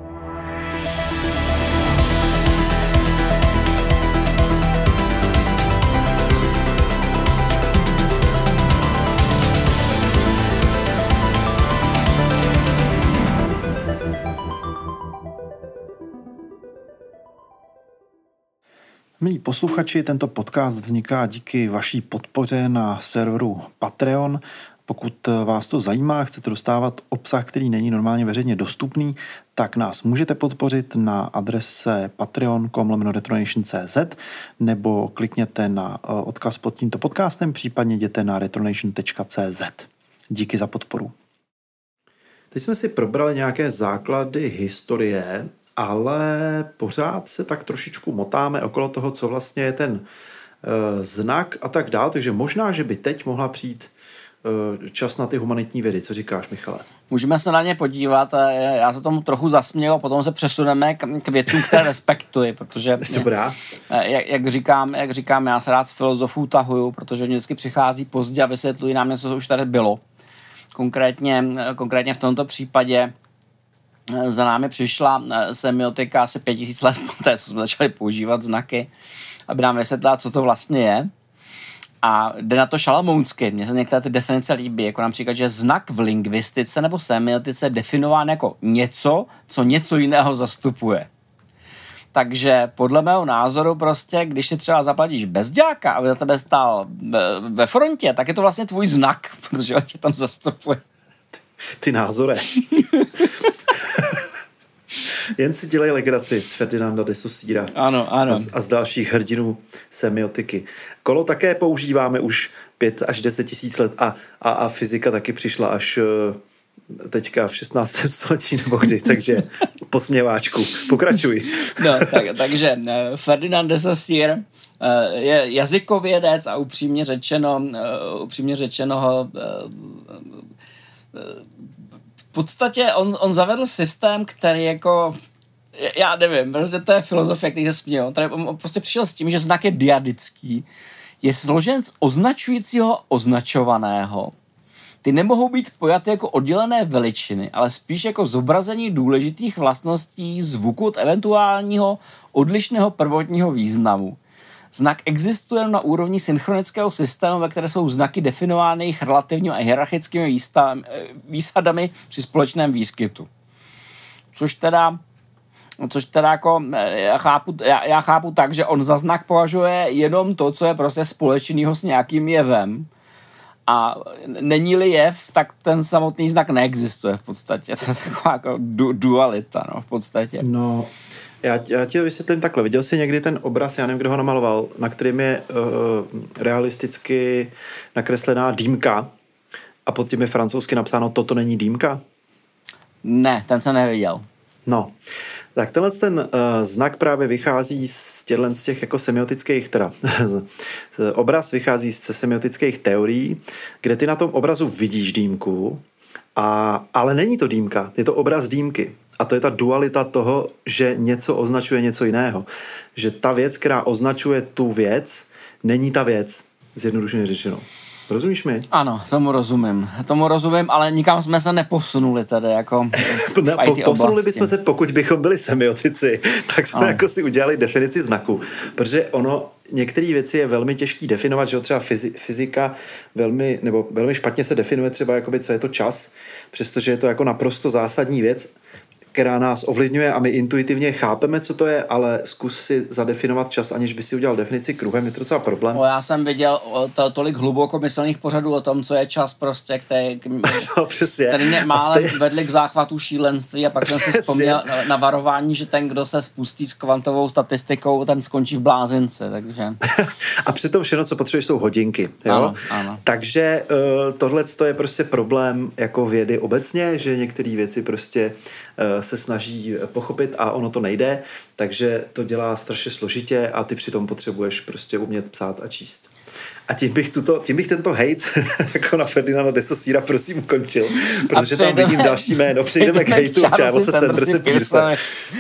Milí posluchači, tento podcast vzniká díky vaší podpoře na serveru Patreon. Pokud vás to zajímá, chcete dostávat obsah, který není normálně veřejně dostupný, tak nás můžete podpořit na adrese patreon.com/retronation.cz nebo klikněte na odkaz pod tímto podcastem, případně jděte na retronation.cz. Díky za podporu. Teď jsme si probrali nějaké základy historie, ale pořád se tak trošičku motáme okolo toho, co vlastně je ten znak a tak dál, takže možná, že by teď mohla přijít čas na ty humanitní vědy. Co říkáš, Michale? Můžeme se na ně podívat. Já se tomu trochu zasměju a potom se přesuneme k věcům, které respektuji, protože jak říkám, já se rád z filozofů tahuju, protože vždycky přichází pozdě a vysvětlují nám něco, co už tady bylo. Konkrétně v tomto případě za námi přišla semiotika asi 5000 let poté, co jsme začali používat znaky, aby nám vysvětlila, co to vlastně je. A jde na to šalamounsky. Mně se některé ty definice líbí, jako například, že znak v lingvistice nebo semiotice je definován jako něco, co něco jiného zastupuje. Takže podle mého názoru prostě, když si třeba zaplatíš bezďáka, aby za tebe stál ve frontě, tak je to vlastně tvůj znak, protože on tě tam zastupuje. Ty názory. Jen si dělej legraci z Ferdinanda de Saussura. Ano. A z dalších hrdinů semiotiky. Kolo také používáme už 5 až 10 tisíc let a fyzika taky přišla až teďka v 16. století nebo kdy, takže posměváčku. Pokračuj. No, takže Ferdinand de Saussure je jazykovědec a upřímně řečeno v podstatě on zavedl systém, který jako já nevím, protože to je filozofie, který se směl. On prostě přišel s tím, že znak je dyadický, je složen z označujícího označovaného. Ty nemohou být pojaty jako oddělené veličiny, ale spíš jako zobrazení důležitých vlastností zvuku od eventuálního odlišného prvotního významu. Znak existuje na úrovni synchronického systému, ve které jsou znaky definovány jejich relativními a hierarchickými výsadami při společném výskytu. Což teda jako já chápu tak, že on za znak považuje jenom to, co je prostě společného s nějakým jevem. A není-li jev, tak ten samotný znak neexistuje v podstatě. To je taková jako dualita, no, v podstatě. No, já ti vysvětlím takhle. Viděl jsi někdy ten obraz, já nevím, kdo ho namaloval, na kterým je realisticky nakreslená dýmka a pod tím je francouzsky napsáno toto není dýmka? Ne, ten jsem neviděl. No, tak ten znak právě vychází z těch jako semiotických, obraz vychází z semiotických teorií, kde ty na tom obrazu vidíš dýmku, ale není to dýmka, je to obraz dýmky. A to je ta dualita toho, že něco označuje něco jiného. Že ta věc, která označuje tu věc, není ta věc, zjednodušeně řečeno. Rozumíš mi? Ano, tomu rozumím, ale nikam jsme se neposunuli tady, jako posunuli bychom se, pokud bychom byli semiotici, tak jsme jako si udělali definici znaku, protože některé věci je velmi těžký definovat, že třeba fyzika velmi špatně se definuje třeba, jakoby, co je to čas, přestože je to jako naprosto zásadní věc, která nás ovlivňuje a my intuitivně chápeme, co to je, ale zkus si zadefinovat čas, aniž by si udělal definici kruhem, je to docela problém. Já jsem viděl tolik hlubokomyslných pořadů o tom, co je čas prostě, který mě málem vedli k záchvatu šílenství a pak jsem si vzpomněl na varování, že ten, kdo se spustí s kvantovou statistikou, ten skončí v blázinci, takže... A přitom všechno, co potřebuješ, jsou hodinky, jo? Ano. Takže tohleto je prostě problém jako vědy obecně, že některé věci prostě se snaží pochopit a ono to nejde, takže to dělá strašně složitě a ty přitom potřebuješ prostě umět psát a číst. A tím bych tento hejt jako na Ferdinanda de Saussura prosím ukončil, protože tam vidím další jméno. Přejdeme k hejtu Charlesa Sandersa Peirse.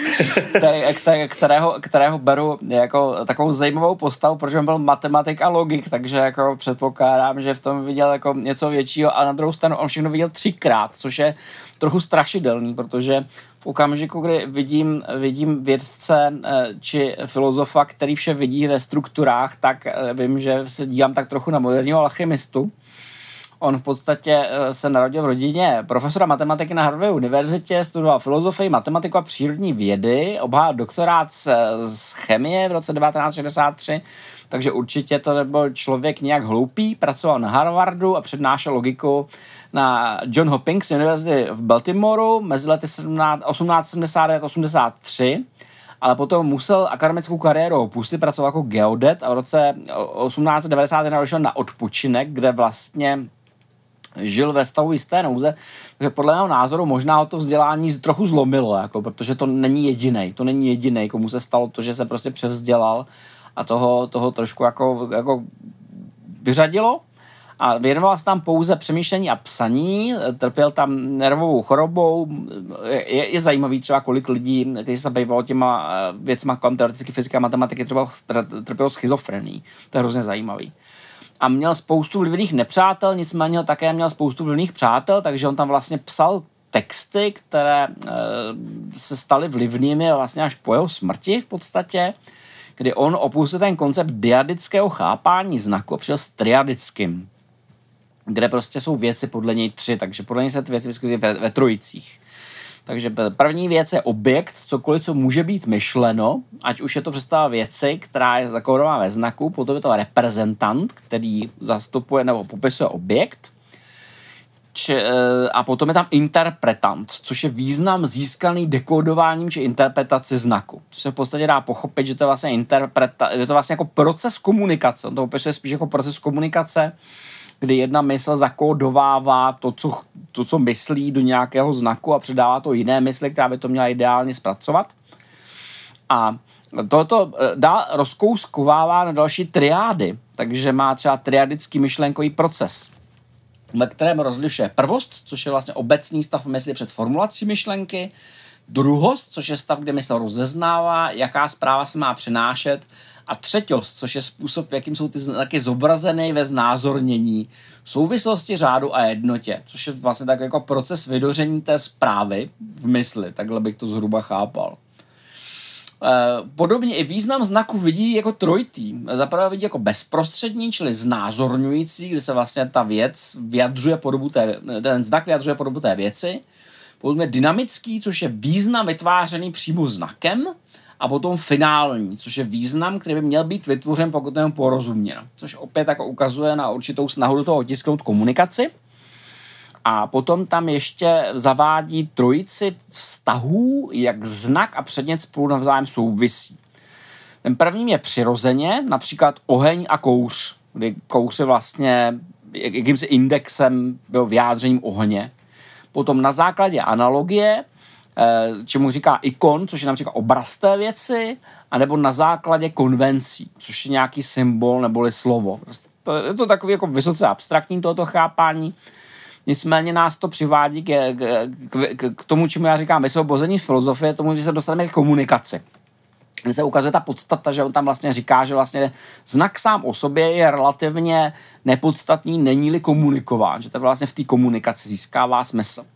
kterého beru jako takovou zajímavou postavu, protože on byl matematik a logik, takže jako předpokládám, že v tom viděl jako něco většího a na druhou stranu on všechno viděl 3krát, což je trochu strašidelný, protože v okamžiku, kdy vidím vědce či filozofa, který vše vidí ve strukturách, tak vím, že se dívám tak trochu na moderního alchymistu. On v podstatě se narodil v rodině profesora matematiky na Harvardově univerzitě, studoval filozofii, matematiku a přírodní vědy, obhájil doktorát z chemie v roce 1963, takže určitě to nebyl člověk nějak hloupý, pracoval na Harvardu a přednášel logiku na John Hopkins University v Baltimoru mezi lety 1879 a 83, ale potom musel akademickou kariéru opustit, pracoval jako geodet a v roce 1891 došel na odpočinek, kde vlastně žil ve stavu jisté nouze, takže podle mého názoru možná ho to vzdělání trochu zlomilo, jako, protože to není jedinej, komu se stalo to, že se prostě převzdělal a toho trošku jako vyřadilo a věnoval se tam pouze přemýšlení a psaní, trpěl tam nervovou chorobou, je zajímavý třeba kolik lidí, kteří se zabývalo těma věcma kolem teoretické fyziky a matematiky, trpělo schizofrenií, to je hrozně zajímavý. a měl spoustu vlivných nepřátel, nicméně také měl spoustu vlivných přátel, takže on tam vlastně psal texty, které se staly vlivnými vlastně až po jeho smrti v podstatě, kdy on opustil ten koncept dyadického chápání znaku a přišel s triadickým, kde prostě jsou věci podle něj 3, takže podle něj se ty věci vyskytují ve trojicích. Takže první věc je objekt, cokoliv, co může být myšleno, ať už je to představa věci, která je zakódovaná ve znaku, potom je to reprezentant, který zastupuje nebo popisuje objekt, a potom je tam interpretant, což je význam získaný dekódováním či interpretací znaku. Což se v podstatě dá pochopit, že to je vlastně je to vlastně jako proces komunikace. On to popisuje spíš jako proces komunikace, kdy jedna mysl zakódovává to, co myslí do nějakého znaku a předává to jiné mysli, která by to měla ideálně zpracovat. A toto rozkouskovává na další triády, takže má třeba triadický myšlenkový proces, ve kterém rozlišuje prvost, což je vlastně obecný stav mysli před formulací myšlenky, druhost, což je stav, kde mysl rozeznává, jaká zpráva se má přenášet, a třetost, což je způsob, jakým jsou ty znaky zobrazeny ve znázornění, souvislosti, řádu a jednotě, což je vlastně tak jako proces vydoření té zprávy v mysli, takhle bych to zhruba chápal. Podobně i význam znaku vidí jako trojitý. Zaprvé vidí jako bezprostřední, čili znázorňující, kdy se vlastně ta věc vyjadřuje ten znak vyjadřuje podobu té věci. Potom je dynamický, což je význam vytvářený přímo znakem. A potom finální, což je význam, který by měl být vytvořen, pokud je porozuměn. Což opět jako ukazuje na určitou snahu do toho otisknout komunikaci. A potom tam ještě zavádí trojici vztahů, jak znak a předmět spolu navzájem souvisí. Ten prvním je přirozeně, například oheň a kouř, kdy kouř je vlastně jakýmsi indexem byl vyjádřením ohně. Potom na základě analogie, čemu říká ikon, což je například obraz té věci, anebo na základě konvencí, což je nějaký symbol neboli slovo. Je to takový jako vysoce abstraktní tohoto chápání. Nicméně nás to přivádí k tomu, čemu já říkám vysvobození z filozofie, tomu, že se dostaneme k komunikaci. Kdy se ukazuje ta podstata, že on tam vlastně říká, že vlastně znak sám o sobě je relativně nepodstatný, není-li komunikován, že to vlastně v té komunikaci získává smysl.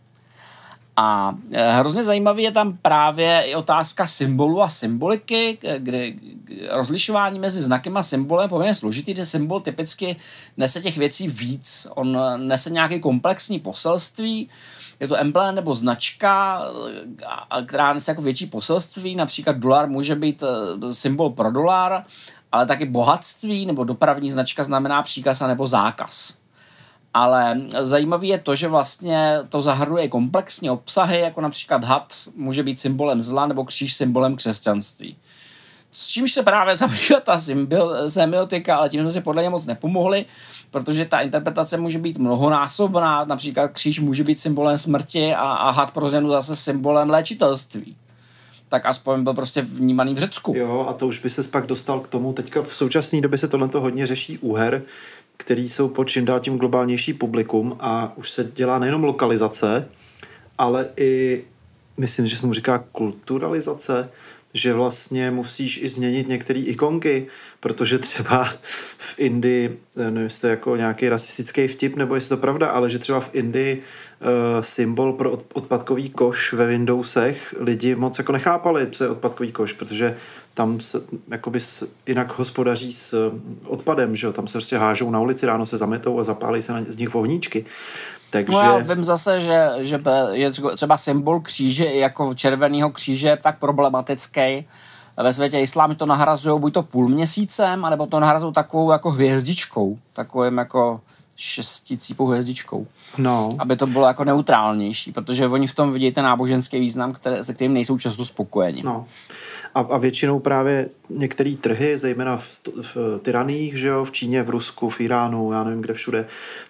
A hrozně zajímavý je tam právě i otázka symbolu a symboliky, kde rozlišování mezi znakem a symbolem je poměrně složitý, že symbol typicky nese těch věcí víc. On nese nějaké komplexní poselství, je to emblém nebo značka, která nese jako větší poselství, například dolar může být symbol pro dolar, ale taky bohatství nebo dopravní značka znamená příkaz nebo zákaz. Ale zajímavé je to, že vlastně to zahrnuje komplexní obsahy, jako například had může být symbolem zla nebo kříž symbolem křesťanství. S čímž se právě zabývá ta semiotika, ale tím jsme si podle něj moc nepomohli, protože ta interpretace může být mnohonásobná, například kříž může být symbolem smrti a had pro ženu zase symbolem léčitelství. Tak aspoň byl prostě vnímaný v Řecku. Jo, a to už by ses pak dostal k tomu, teďka v současné době se tohleto hodně řeší u her, který jsou pod čím dál tím globálnější publikum a už se dělá nejenom lokalizace, ale i, myslím, že se mu říká kulturalizace, že vlastně musíš i změnit některé ikonky, protože třeba v Indii, nevím, jestli to je jako nějaký rasistický vtip, nebo jestli to pravda, ale že třeba v Indii symbol pro odpadkový koš ve Windowsech lidi moc jako nechápali, co je odpadkový koš, protože tam se jakoby jinak hospodaří s odpadem, že jo? Tam se prostě hážou na ulici, ráno se zametou a zapálí se z nich ohníčky. Takže... No já vím zase, že je třeba symbol kříže jako červeného kříže tak problematický. Ve světě islámu to nahrazují buď to půlměsícem, anebo to nahrazují takovou jako hvězdičkou, takovým jako šesticípou hvězdičkou. No. Aby to bylo jako neutrálnější, protože oni v tom vidí ten náboženský význam, se kterým nejsou často spokojeni. No. A většinou právě některé trhy, zejména v tyraních, že jo, v Číně, v Rusku, v Iránu, já nevím kde všude,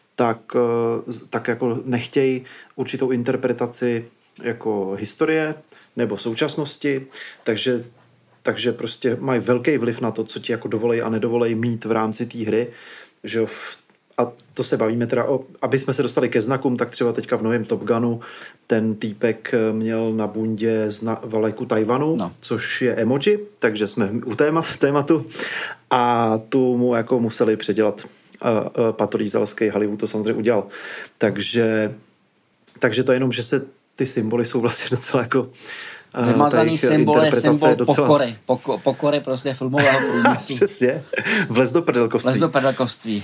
tak jako nechtějí určitou interpretaci jako historie nebo současnosti, takže prostě mají velký vliv na to, co ti jako dovolej a nedovolej mít v rámci té hry, že jo. A to se bavíme teda aby jsme se dostali ke znakům, tak třeba teďka v novém Top Gunu ten týpek měl na bundě vlajku Tajvanu, což je emoji, takže jsme u tématu a tu mu jako museli předělat patolízalský Hollywood to samozřejmě udělal. Takže to jenom, že se ty symboly jsou vlastně docela jako... Vymazaný symbol je symbol pokory. Pokory prostě filmového průmyslu. Přesně. Vlez do prdelkovství.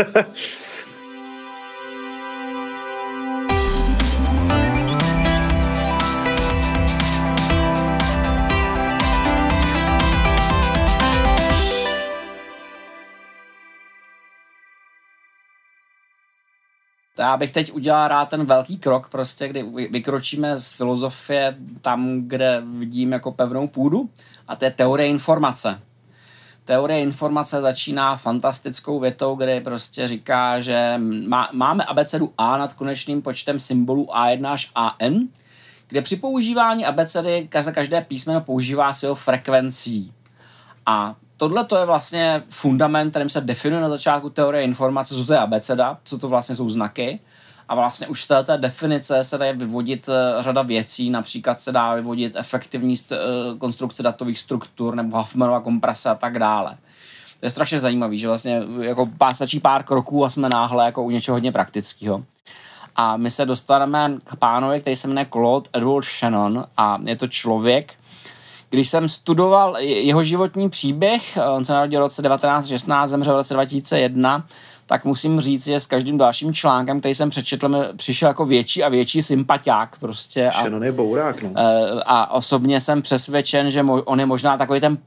Já bych teď udělal rád ten velký krok, prostě, kdy vykročíme z filozofie tam, kde vidím jako pevnou půdu, a to je teorie informace. Teorie informace začíná fantastickou větou, kde prostě říká, že máme abecedu A nad konečným počtem symbolů A1 až AN, kde při používání abecedy každé písmeno používá svou frekvencí. A tohle to je vlastně fundament, kterým se definuje na začátku teorie informace, co to je abeceda, co to vlastně jsou znaky. A vlastně už z té definice se dá vyvodit řada věcí, například se dá vyvodit efektivní konstrukce datových struktur nebo Huffmanova komprese a tak dále. To je strašně zajímavý, že vlastně jako stačí pár kroků a jsme náhle jako u něčeho hodně praktického. A my se dostaneme k pánovi, který se jmenuje Claude Edward Shannon, a je to člověk. Když jsem studoval jeho životní příběh, on se narodil v roce 1916, zemřel v roce 2001, tak musím říct, že s každým dalším článkem, který jsem přečetl, přišel jako větší a větší sympatiák prostě. Shannon je bourák, no. A osobně jsem přesvědčen, že on je možná takový ten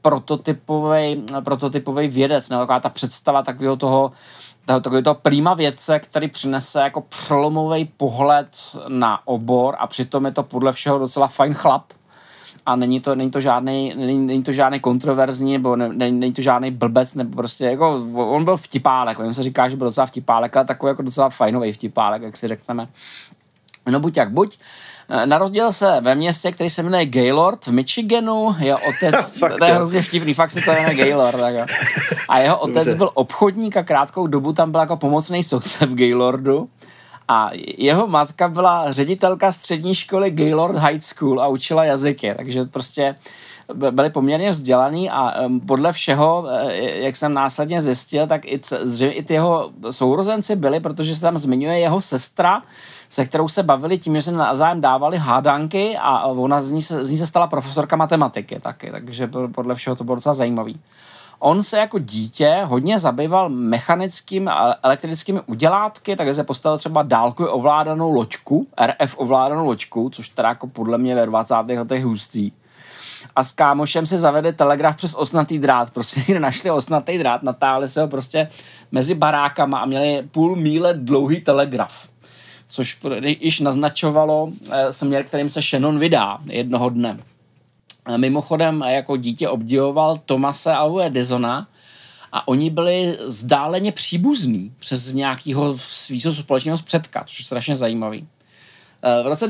prototypový vědec, nebo taková ta představa takového toho prima vědce, který přinese jako přelomový pohled na obor, a přitom je to podle všeho docela fajn chlap. A není to žádný kontroverzní, nebo není to žádný blbec, nebo prostě jako, on byl vtipálek, on se říká, že byl docela vtipálek, ale takový jako docela fajnový vtipálek, jak si řekneme. No buď jak buď. Narodil se ve městě, který se jmenuje Gaylord v Michiganu, jeho otec, to je hrozně vtipný, fakt se to jmenuje Gaylord. Tak. A jeho otec byl obchodník a krátkou dobu tam byl jako pomocný soudce v Gaylordu. A jeho matka byla ředitelka střední školy Gaylord High School a učila jazyky, takže prostě byli poměrně vzdělaný, a podle všeho, jak jsem následně zjistil, tak zřejmě i ty jeho sourozenci byli, protože se tam zmiňuje jeho sestra, se kterou se bavili tím, že se navzájem dávali hádanky, a ona z ní se stala profesorka matematiky taky, takže podle všeho to bylo docela zajímavý. On se jako dítě hodně zabýval mechanickými a elektrickými udělátky, takže se postavil třeba dálkově ovládanou loďku, RF ovládanou loďku, což teda jako podle mě ve 20. letech hustý. A s kámošem si zavedli telegraf přes osnatý drát, prostě někde našli osnatý drát, natáhli se ho prostě mezi barákama a měli 0,5 míle dlouhý telegraf, což již naznačovalo směr, kterým se Shannon vydá jednoho dne. Mimochodem jako dítě obdivoval Thomase Alva Edisona a oni byli vzdáleně příbuzní přes nějakého svýho společného předka, což je strašně zajímavý. V roce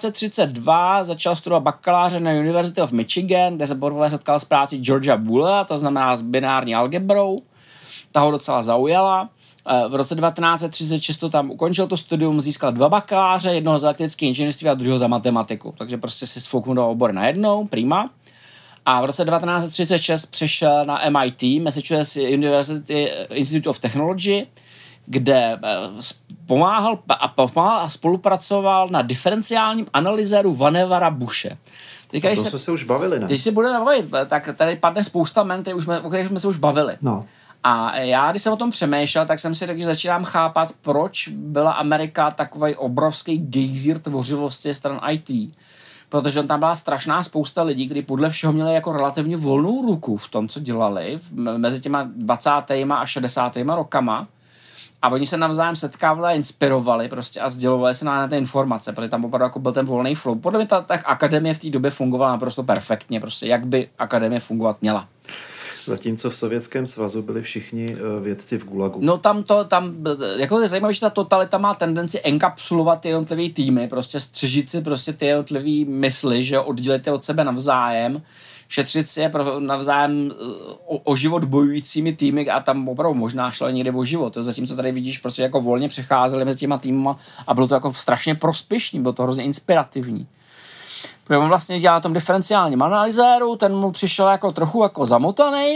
1932 začal studovat bakaláře na University of Michigan, kde se poprvé setkal s práci Georgea Boole'a, to znamená s binární algebrou. Ta ho docela zaujala. V roce 1936 tam ukončil to studium, získal 2 bakaláře, jednoho z elektrického inženýrství a druhého za matematiku. Takže prostě si sfouknul do obory najednou, prima. A v roce 1936 přešel na MIT, Massachusetts University Institute of Technology, kde pomáhal a spolupracoval na diferenciálním analyzéru Vanevera Bushe. O tom jsme se už bavili, ne? Když si budeme bavit, tak tady padne spousta men, o kterých jsme se už bavili. No. A já, když jsem o tom přemýšlel, tak jsem si řekl, že začínám chápat, proč byla Amerika takový obrovský gejzír tvořivosti stran IT. Protože tam byla strašná spousta lidí, kteří podle všeho měli jako relativně volnou ruku v tom, co dělali, mezi těma 20. a 60. rokama. A oni se navzájem setkávali a inspirovali prostě a sdělovali se na ty informace, protože tam opravdu jako byl ten volný flow. Podle mě ta akademie v té době fungovala naprosto perfektně, prostě jak by akademie fungovat měla. Zatímco v Sovětském svazu byli všichni vědci v gulagu. No tam jako je zajímavé, že ta totalita má tendenci enkapsulovat ty jednotlivý týmy, prostě střežit si prostě ty jednotlivý mysli, že oddělit je od sebe navzájem, šetřit si je navzájem o život bojujícími týmy a tam opravdu možná šlo někde o život. Zatímco tady vidíš, prostě jako volně přecházeli mezi těma týmama a bylo to jako strašně prospěšný, bylo to hrozně inspirativní. Protože on vlastně dělal na tom diferenciálním analyzéru, ten mu přišel jako trochu jako zamotaný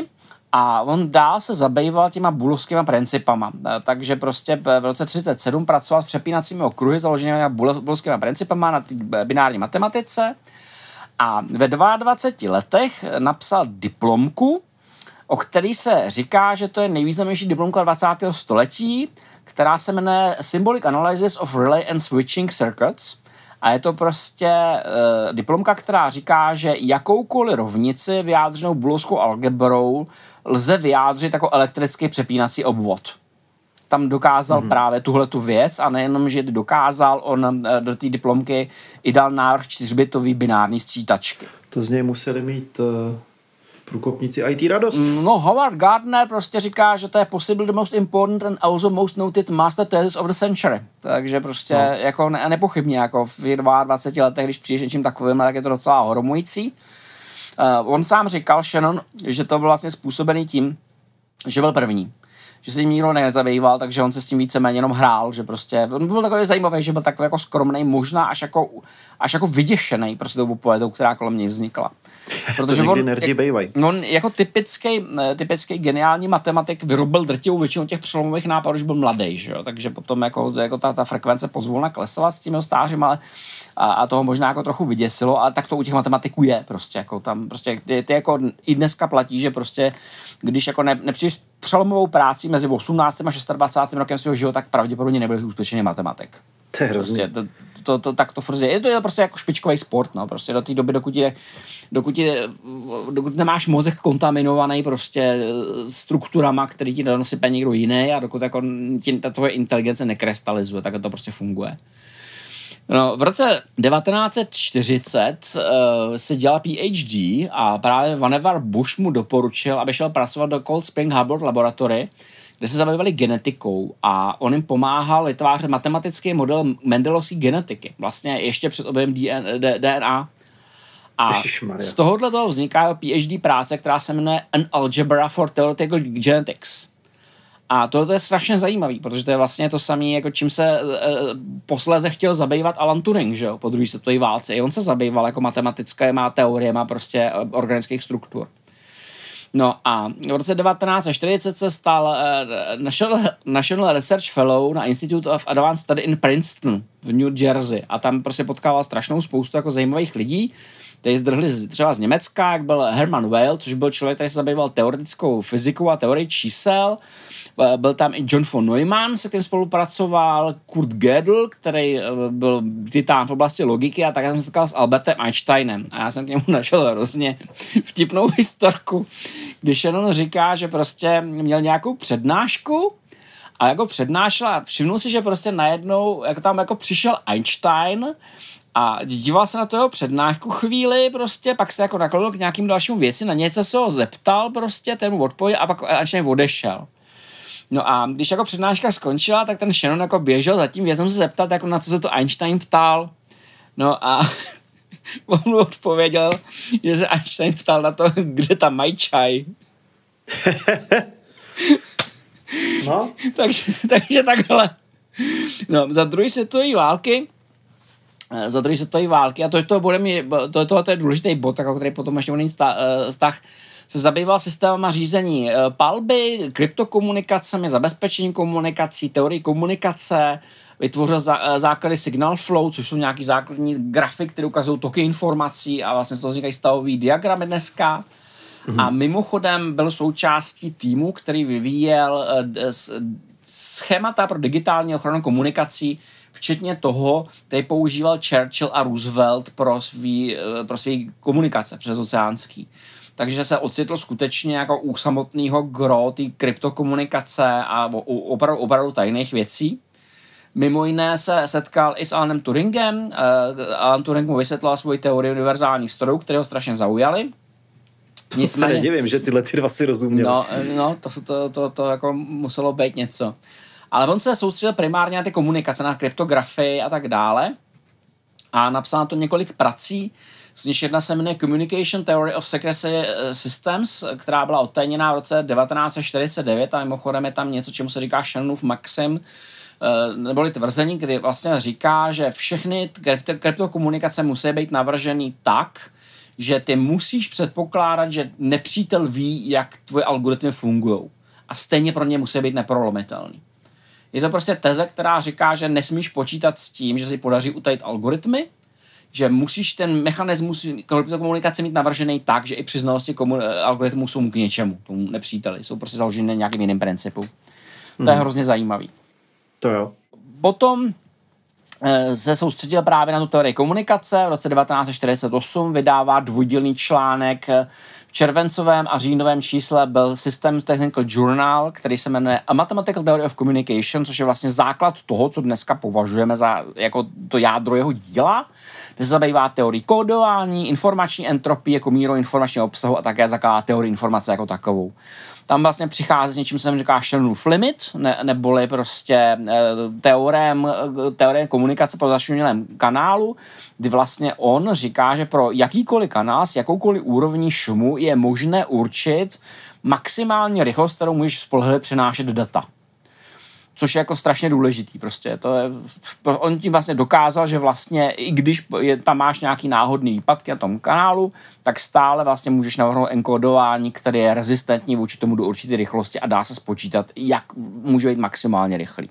A on dál se zabýval těma booleovskýma principama. Takže prostě v roce 1937 pracoval s přepínacími okruhy založenými na booleovskými principama na binární matematice. A ve 22 letech napsal diplomku, o který se říká, že to je nejvýznamnější diplomka 20. století, která se jmenuje Symbolic Analysis of Relay and Switching Circuits. A je to prostě diplomka, která říká, že jakoukoliv rovnici vyjádřenou booleovskou algebrou lze vyjádřit jako elektrický přepínací obvod. Tam dokázal právě tuhletu věc a nejenom, že dokázal, on do té diplomky i dal návrh 4bitový binární sčítačky. To z něj museli mít průkopníci IT radost. No, Howard Gardner prostě říká, že to je possibly the most important and also most noted master thesis of the century. Takže prostě jako nepochybně jako v 22 letech, když přijdeš něčím takovým, tak je to docela ohromující. On sám říkal, Shannon, že to byl vlastně způsobený tím, že byl první. Že se tím nikdo nezabýval, takže on se s tím víceméně jenom hrál, že prostě, on byl takový zajímavý, že byl takový jako skromnej, možná až jako vyděšený prostě tou popularitou, která kolem něj vznikla. Protože to nerdi bejvaj. On jako typický geniální matematik vyrobil drtivou většinu těch přelomových nápadů, že byl mladý, že jo, takže potom jako ta frekvence pozvolna klesala s tím jeho stářem, ale a toho možná jako trochu vyděsilo, ale tak to u těch matematiků je prostě, jako tam prostě, ty jako i dneska platí, že prostě, když jako nepřijdeš přelomovou práci mezi 18. a 26. rokem svého života, tak pravděpodobně nebudeš úspěšný matematik. To je hrozně. Prostě tak to furt je. To je prostě jako špičkový sport, no, prostě do té doby, dokud nemáš mozek kontaminovaný prostě strukturama, který ti dosype někdo jiný a dokud jako ta tvoje inteligence nekrystalizuje, tak to prostě funguje. No, v roce 1940 se dělal PhD a právě Vannevar Bush mu doporučil, aby šel pracovat do Cold Spring Harbor Laboratory, kde se zabývali genetikou a on jim pomáhal vytvářet matematický model Mendelovské genetiky, vlastně ještě před objevom DNA. A z tohohle toho vzniká PhD práce, která se jmenuje An Algebra for Theoretical Genetics. A tohle je strašně zajímavý, protože to je vlastně to samé, jako čím se posléze chtěl zabývat Alan Turing, že jo, po druhé světové válce. I on se zabýval jako matematickýma teoriema prostě organických struktur. No a v roce 1940 se stal National Research Fellow na Institute of Advanced Study in Princeton v New Jersey a tam prostě potkával strašnou spoustu jako zajímavých lidí, kteří zdrhli třeba z Německa, jak byl Hermann Weyl, což byl člověk, který se zabýval teoretickou fyzikou a teorií čísel. Byl tam i John von Neumann, se kterým spolupracoval, Kurt Gödel, který byl titán v oblasti logiky a tak jsem se setkal s Albertem Einsteinem. A já jsem k němu našel hrozně vtipnou historku, když on říká, že prostě měl nějakou přednášku a jako přednášel a všimnul si, že prostě najednou jako tam jako přišel Einstein a díval se na to jeho přednášku chvíli prostě, pak se jako naklonil k nějakým dalším věci, na něco se ho zeptal prostě, ten mu odpověděl a pak Einstein odešel. No a když jako přednáška skončila, tak ten Shannon jako běžel za tím věcem se zeptat, jako na co se to Einstein ptal. No a on mu odpověděl, že se Einstein ptal na to, kde tam mají čaj. No. takže takhle. No, za druhé světové války, a to je důležitý bod, o který potom ještě bude vztah, se zabýval systémama řízení palby, kryptokomunikacemi, zabezpečení komunikací, teorii komunikace, vytvořil základy signal flow, což jsou nějaký základní grafy, které ukazují toky informací a vlastně z toho vznikají stavové diagramy dneska. Mm-hmm. A mimochodem byl součástí týmu, který vyvíjel schémata pro digitální ochranu komunikací, včetně toho, který používal Churchill a Roosevelt pro svý komunikace přesoceánský. Takže se ocitl skutečně jako u samotného gro té kryptokomunikace a opravdu tajných věcí. Mimo jiné se setkal i s Alanem Turingem. Alan Turing mu vysvětlil svoji teorii univerzálních strojů, které ho strašně zaujaly. To se nedivím, že tyhle ty dva si rozuměli. No, to jako muselo být něco. Ale on se soustředil primárně na ty komunikace, na kryptografii a tak dále. A napsal na to několik prací, z níž jedna se jmenuje Communication Theory of Secrecy Systems, která byla odtajněná v roce 1949 a mimochodem je tam něco, čemu se říká Shannonův maxim, neboli tvrzení, kdy vlastně říká, že všechny kryptokomunikace musí být navržený tak, že ty musíš předpokládat, že nepřítel ví, jak tvoje algoritmy fungují. A stejně pro ně musí být neprolomitelný. Je to prostě teze, která říká, že nesmíš počítat s tím, že si podaří utajit algoritmy, že musíš ten mechanismus komunikace mít navržený tak, že i při znalosti algoritmů jsou k něčemu, tomu nepříteli. Jsou prostě založeny na nějakým jiným principu. To je hrozně zajímavý. To jo. Potom se soustředil právě na tu teorii komunikace. V roce 1948 vydává dvoudílný článek v červencovém a říjnovém čísle byl Systems Technical Journal, který se jmenuje A Mathematical Theory of Communication, což je vlastně základ toho, co dneska považujeme za jako to jádro jeho díla, kde se zabývá teorií kódování, informační entropii jako mírou informačního obsahu a také zakládá teorii informace jako takovou. Tam vlastně přichází s něčím, co jsem říká Shannonův limit, neboli prostě teorem komunikace po zašumělém kanálu, kdy vlastně on říká, že pro jakýkoliv kanál s jakoukoliv úrovní šumu je možné určit maximální rychlost, kterou můžeš spolehlivě přenášet data. Což je jako strašně důležitý. Prostě on tím vlastně dokázal, že vlastně i když tam máš nějaký náhodný výpadky na tom kanálu, tak stále vlastně můžeš navrhnout enkódování, které je rezistentní vůči tomu do určité rychlosti a dá se spočítat, jak může být maximálně rychlý.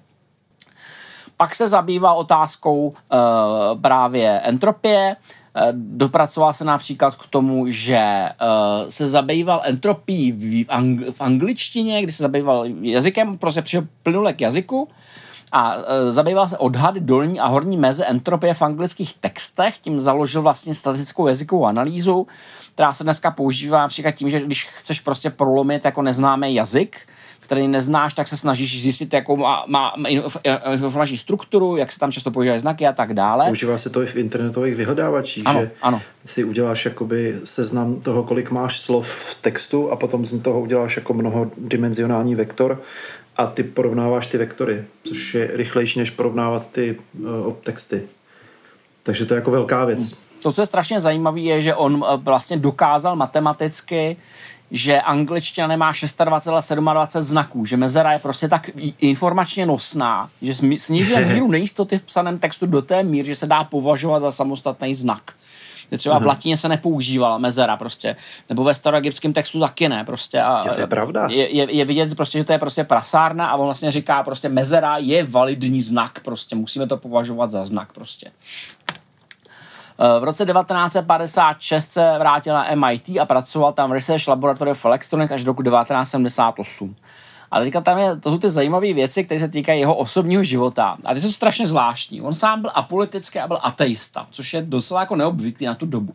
Pak se zabýval otázkou právě entropie. Dopracoval se například k tomu, že se zabýval entropií v angličtině, kdy se zabýval jazykem, prostě přišel plynule k jazyku a zabýval se odhady dolní a horní meze entropie v anglických textech, tím založil vlastně statistickou jazykovou analýzu, která se dneska používá například tím, že když chceš prostě prolomit jako neznámý jazyk, který neznáš, tak se snažíš zjistit, jakou má informační strukturu, jak se tam často používají znaky a tak dále. Používá se to i v internetových vyhledávačích, že si uděláš jakoby seznam toho, kolik máš slov v textu a potom z toho uděláš jako mnohodimenzionální vektor a ty porovnáváš ty vektory, což je rychlejší, než porovnávat ty texty. Takže to je jako velká věc. To, co je strašně zajímavé, je, že on vlastně dokázal matematicky, že angličtina nemá 26 a 27 znaků, že mezera je prostě tak informačně nosná, že snižuje míru nejistoty v psaném textu do té míry, že se dá považovat za samostatný znak. Třeba v latině se nepoužívala mezera prostě, nebo ve staroegyptském textu taky ne prostě. A to je pravda. Je vidět prostě, že to je prostě prasárna a on vlastně říká prostě mezera je validní znak prostě, musíme to považovat za znak prostě. V roce 1956 se vrátil na MIT a pracoval tam v Research Laboratory of Electronics až do roku 1978. A teďka tam to jsou ty zajímavé věci, které se týkají jeho osobního života. A ty jsou strašně zvláštní. On sám byl apolitický a byl ateista, což je docela jako neobvyklý na tu dobu.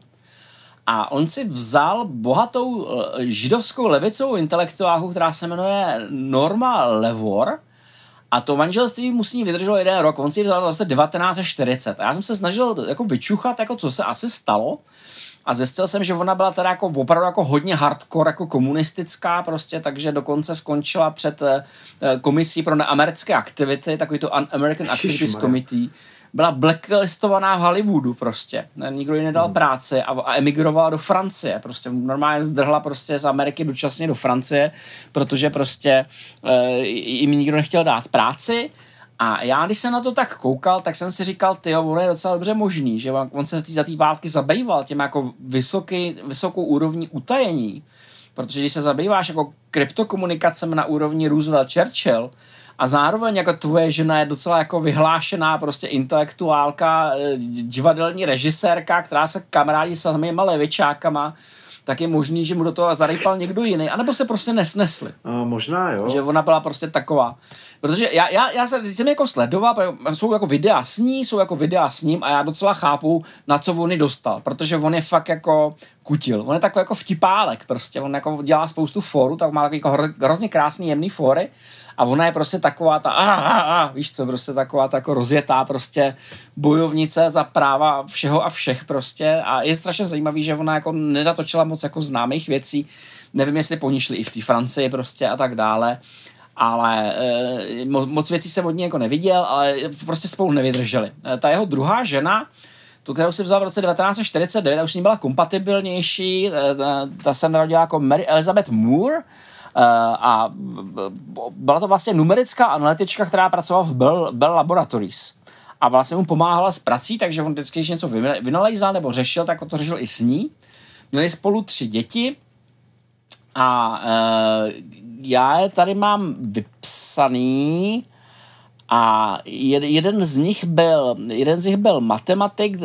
A on si vzal bohatou židovskou levicovou intelektuálku, která se jmenuje Norma Levor, a to manželství mu s ní vydrželo 1 rok. On si ji vzal v roce 1940. A já jsem se snažil jako vyčuchat, jako co se asi stalo. A zjistil jsem, že ona byla teda jako opravdu jako hodně hardcore, jako komunistická prostě, takže dokonce skončila před komisí pro neamerické aktivity, takový to Un-American Activities Committee. Byla blacklistovaná v Hollywoodu prostě. Nikdo jí nedal práci a emigrovala do Francie. Prostě normálně zdrhla prostě z Ameriky dočasně do Francie, protože prostě jim nikdo nechtěl dát práci. A já, když jsem na to tak koukal, tak jsem si říkal, ono je docela dobře možný, že on se za té války zabýval těm jako vysokou úrovní utajení. Protože když se zabýváš jako kryptokomunikacemi na úrovni Roosevelt-Churchill, a zároveň jako tvoje žena je docela jako vyhlášená prostě intelektuálka, divadelní režisérka, která se kamarádí s samýma levičákama, tak je možný, že mu do toho zarypal někdo jiný, anebo se prostě nesnesli. Možná, jo. Že ona byla prostě taková. Protože já jsem jako sledoval, jsou jako videa s ní, jsou jako videa s ním a já docela chápu, na co on ji dostal, protože on je fakt jako kutil. On je takový jako vtipálek prostě, on jako dělá spoustu fórů, tak má takový jako hrozně krásný, jemný fóry a ona je prostě taková ta víš co, prostě taková ta jako rozjetá prostě bojovnice za práva všeho a všech prostě a je strašně zajímavý, že ona jako nedatočila moc jako známých věcí, nevím, jestli po ní šli i v té Francii prostě a tak dále, ale moc věcí jsem od ní jako neviděl, ale prostě spolu nevydrželi. Ta jeho druhá žena, tu, kterou si vzal v roce 1949, a už s ní byla kompatibilnější, ta se narodila jako Mary Elizabeth Moore a byla to vlastně numerická analytička, která pracovala v Bell Laboratories. A vlastně mu pomáhala s prací, takže on vždycky, když něco vynalezal nebo řešil, tak to řešil i s ní. Měli spolu 3 děti a já je tady mám vypsaný a jeden z nich byl matematik,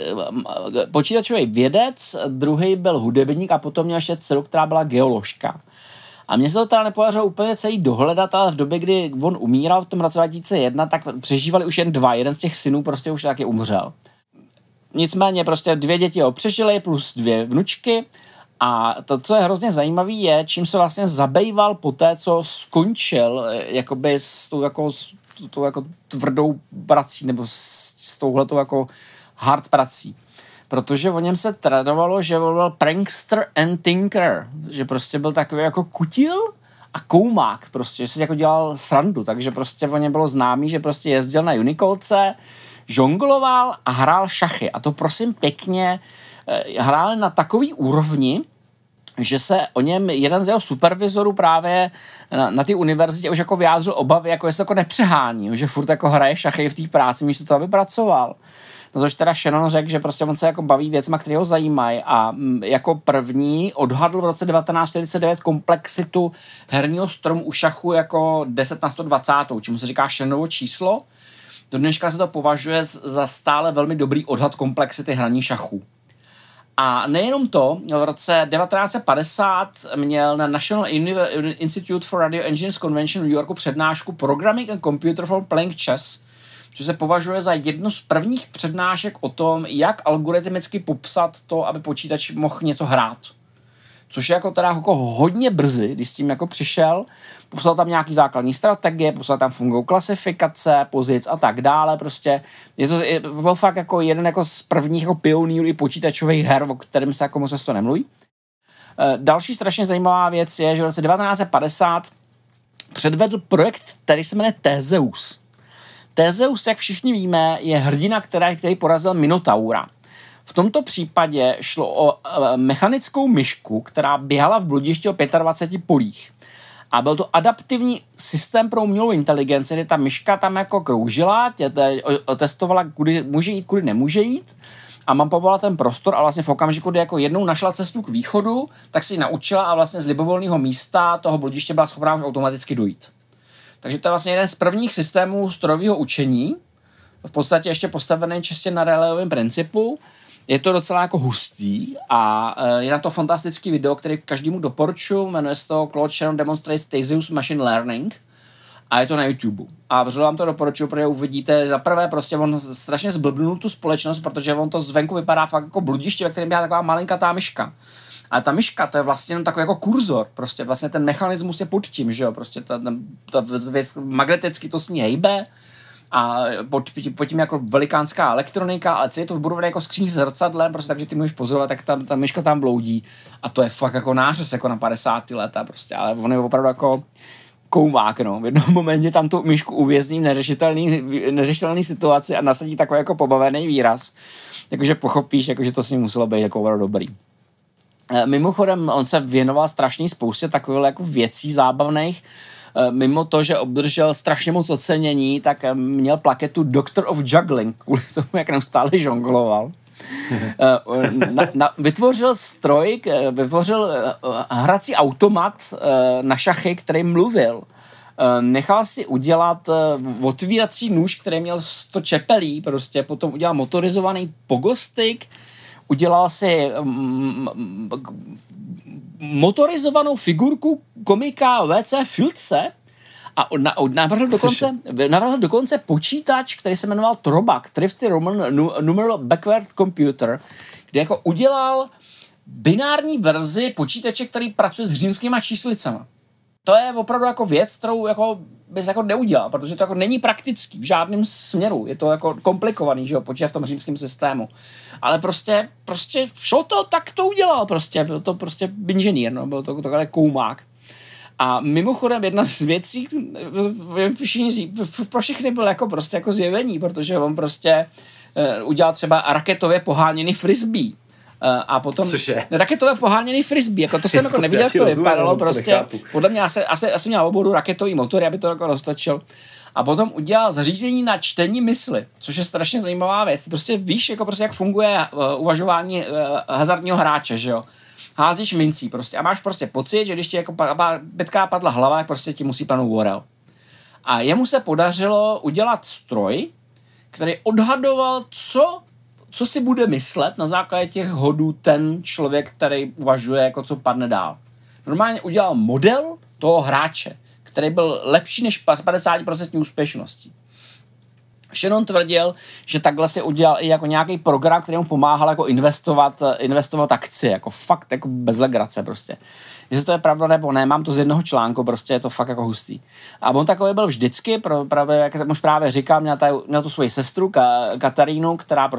počítačový vědec, druhý byl hudebník a potom měl ještě dceru, která byla geoložka. A mně se to teda nepodařilo úplně celý dohledat, ale v době, kdy on umíral v tom roce 2001, tak přežívali už jen 2. Jeden z těch synů prostě už taky umřel. Nicméně prostě 2 děti ho přežili plus 2 vnučky. A to, co je hrozně zajímavé, je, čím se vlastně zabýval po té, co skončil jakoby s tou jako tvrdou prací nebo s touhletou jako hard prací. Protože o něm se tradovalo, že on byl prankster and thinker, že prostě byl takový jako kutil a koumák prostě, že si jako dělal srandu, takže prostě o něm bylo známý, že prostě jezdil na unikolce, žongloval a hrál šachy. A to prosím pěkně hrál na takový úrovni, že se o něm jeden z jeho supervizorů právě na té univerzitě už jako vyjádřil obavy, jako jestli jako nepřehání, že furt jako hraje šachy v té práci, místo toho, aby pracoval. No což teda Shannon řekl, že prostě on se jako baví věcma, které ho zajímají a jako první odhadl v roce 1949 komplexitu herního stromu u šachu jako 10/120, čemu se říká Shannonovo číslo. Do dneška se to považuje za stále velmi dobrý odhad komplexity hraní šachů. A nejenom to, v roce 1950 měl na National Institute for Radio Engineers Convention v New Yorku přednášku Programming and Computer for Playing Chess, což se považuje za jednu z prvních přednášek o tom, jak algoritmicky popsat to, aby počítač mohl něco hrát. Což je jako teda jako hodně brzy, když s tím jako přišel, popsal tam nějaký základní strategie, popsal tam fungují klasifikace, pozic a tak dále, prostě byl fakt jako jeden jako z prvních jako pionýrů i počítačových her, o kterém se jako moc to nemluví. Další strašně zajímavá věc je, že v roce 1950 předvedl projekt, který se jmenuje Theseus. Theseus, jak všichni víme, je hrdina, který porazil Minotaura. V tomto případě šlo o mechanickou myšku, která běhala v bludišti o 25 polích. A byl to adaptivní systém pro umělou inteligenci, kdy ta myška tam jako kroužila, testovala, kudy může jít, kudy nemůže jít a mapovala ten prostor a vlastně v okamžiku, kdy jako jednou našla cestu k východu, tak si ji naučila a vlastně z libovolného místa toho bludiště byla schopná už automaticky dojít. Takže to je vlastně jeden z prvních systémů strojového učení, v podstatě ještě postavený čistě na reléovém principu. Je to docela jako hustý a je na to fantastický video, který každému doporučuji, jmenuje se to Claude Shannon Demonstrates Theseus Machine Learning a je to na YouTube. A vřele vám to doporučuji, protože uvidíte, zaprvé prostě on strašně zblbnul tu společnost, protože on to zvenku vypadá fakt jako bludiště, ve kterém byla taková malinkatá myška. A ta myška, to je vlastně jenom takový jako kurzor, prostě vlastně ten mechanismus je pod tím, že jo, prostě ta věc magneticky to s ní hejbe, a pod tím jako velikánská elektronika, ale celý je to vybudované jako skříň s zrcadlem, prostě takže ty můžeš pozorovat, tak ta myška tam bloudí a to je fakt jako nářez jako na 50. leta prostě, ale on je opravdu jako koumák, no. V jednom momentě tam tu myšku uvězní v neřešitelný situaci a nasadí takový jako pobavený výraz, jakože pochopíš, jakože to s ním muselo být jako opravdu dobrý. Mimochodem, on se věnoval strašný spoustě takových jako věcí zábavných. Mimo to, že obdržel strašně moc ocenění, tak měl plaketu Doctor of Juggling, kvůli tomu, jak neustále žongloval. Vytvořil hrací automat na šachy, který mluvil. Nechal si udělat otvírací nůž, který měl 100 čepelí, prostě potom udělal motorizovaný pogostyk, udělal si motorizovanou figurku komika W.C. Fieldse a navrhl dokonce počítač, který se jmenoval Trobak, Thrifty Roman Numeral Backward Computer, kde jako udělal binární verzi počítače, který pracuje s římskýma číslicama. To je opravdu jako věc, kterou jako bys jako neudělal, protože to jako není praktický v žádném směru. Je to jako komplikovaný, že jo, počítat v tom římském systému. Ale prostě šlo to, tak to udělal prostě. Byl to prostě inženýr, no, byl to takhle koumák. A mimochodem jedna z věcí, pro všechny byl jako prostě jako zjevení, protože on prostě udělal třeba raketově poháněný frisbee. A potom Cože? raketové poháněný frisbee, jako to jsem jako neviděl, jak to vypadalo, prostě podle mě asi měl obodu raketový motory, aby to jako roztočil. A potom udělal zařízení na čtení mysli, což je strašně zajímavá věc. Prostě víš, jako prostě jak funguje uvažování hazardního hráče, že jo. Házíš mincí prostě a máš prostě pocit, že když ti jako bytká padla hlava, tak prostě ti musí padnout orel. A jemu se podařilo udělat stroj, který odhadoval, co si bude myslet na základě těch hodů ten člověk, který uvažuje, jako co padne dál. Normálně udělal model toho hráče, který byl lepší než 50% úspěšností. Shannon tvrdil, že takhle si udělal i jako nějaký program, který mu pomáhal jako investovat akcie, jako fakt jako bez legrace prostě. Jestli to je pravda nebo ne, mám to z jednoho článku, prostě je to fakt jako hustý. A on takový byl vždycky, právě, jak jsem už právě říkal, měl tu svoji sestru Katarínu,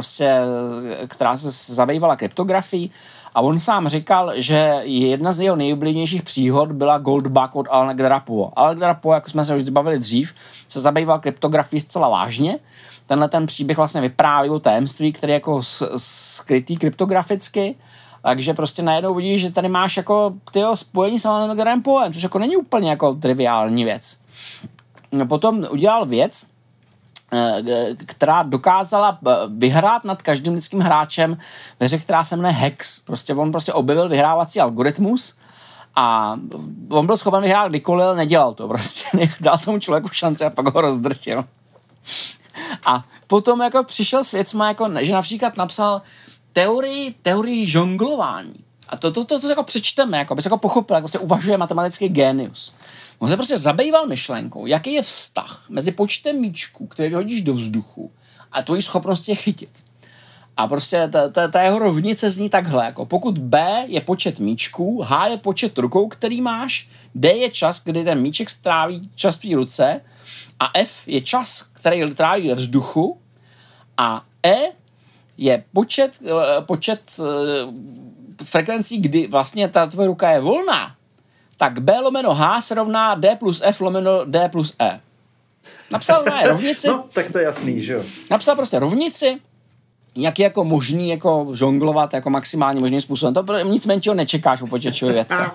která se zabývala kryptografií a on sám říkal, že jedna z jeho nejoblíbenějších příhod byla Goldbug od Alana Edgara Poe. Alan Edgar Poe, jako jsme se už zbavili dřív, se zabýval kryptografií zcela vážně. Tenhle ten příběh vlastně vypráví o tajemství, který je jako skrytý kryptograficky. Takže prostě najednou vidíš, že tady máš jako spojení s Alanem Edgarem Poem, což jako není úplně jako triviální věc. Potom udělal věc, která dokázala vyhrát nad každým lidským hráčem ve hře, která se jmenuje Hex. Prostě on prostě objevil vyhrávací algoritmus a on byl schopen vyhrát kdykoliv, ale nedělal to prostě. Dal tomu člověku šanci a pak ho rozdrtil. A potom jako přišel s věcma, jako, že například napsal teorii žonglování. A to jako přečteme, jako, aby se jako pochopil, jak prostě uvažuje matematický génius. On se prostě zabýval myšlenkou, jaký je vztah mezi počtem míčků, který vyhodíš do vzduchu, a tvojí schopnosti je chytit. A prostě ta jeho rovnice zní takhle, jako pokud B je počet míčků, H je počet rukou, který máš, D je čas, kdy ten míček stráví čas v tvý ruce, a F je čas, který tráví ve vzduchu, a E je počet frekvencí, kdy vlastně ta tvoje ruka je volná, tak B lomeno H se rovná D plus F lomeno D plus E. Napsal rovnici. No, tak to je jasný, že jo. Napsal prostě rovnici, jak je jako možný jako žonglovat jako maximálně možným způsobem. To nic menšího nečekáš u počítačové vědce.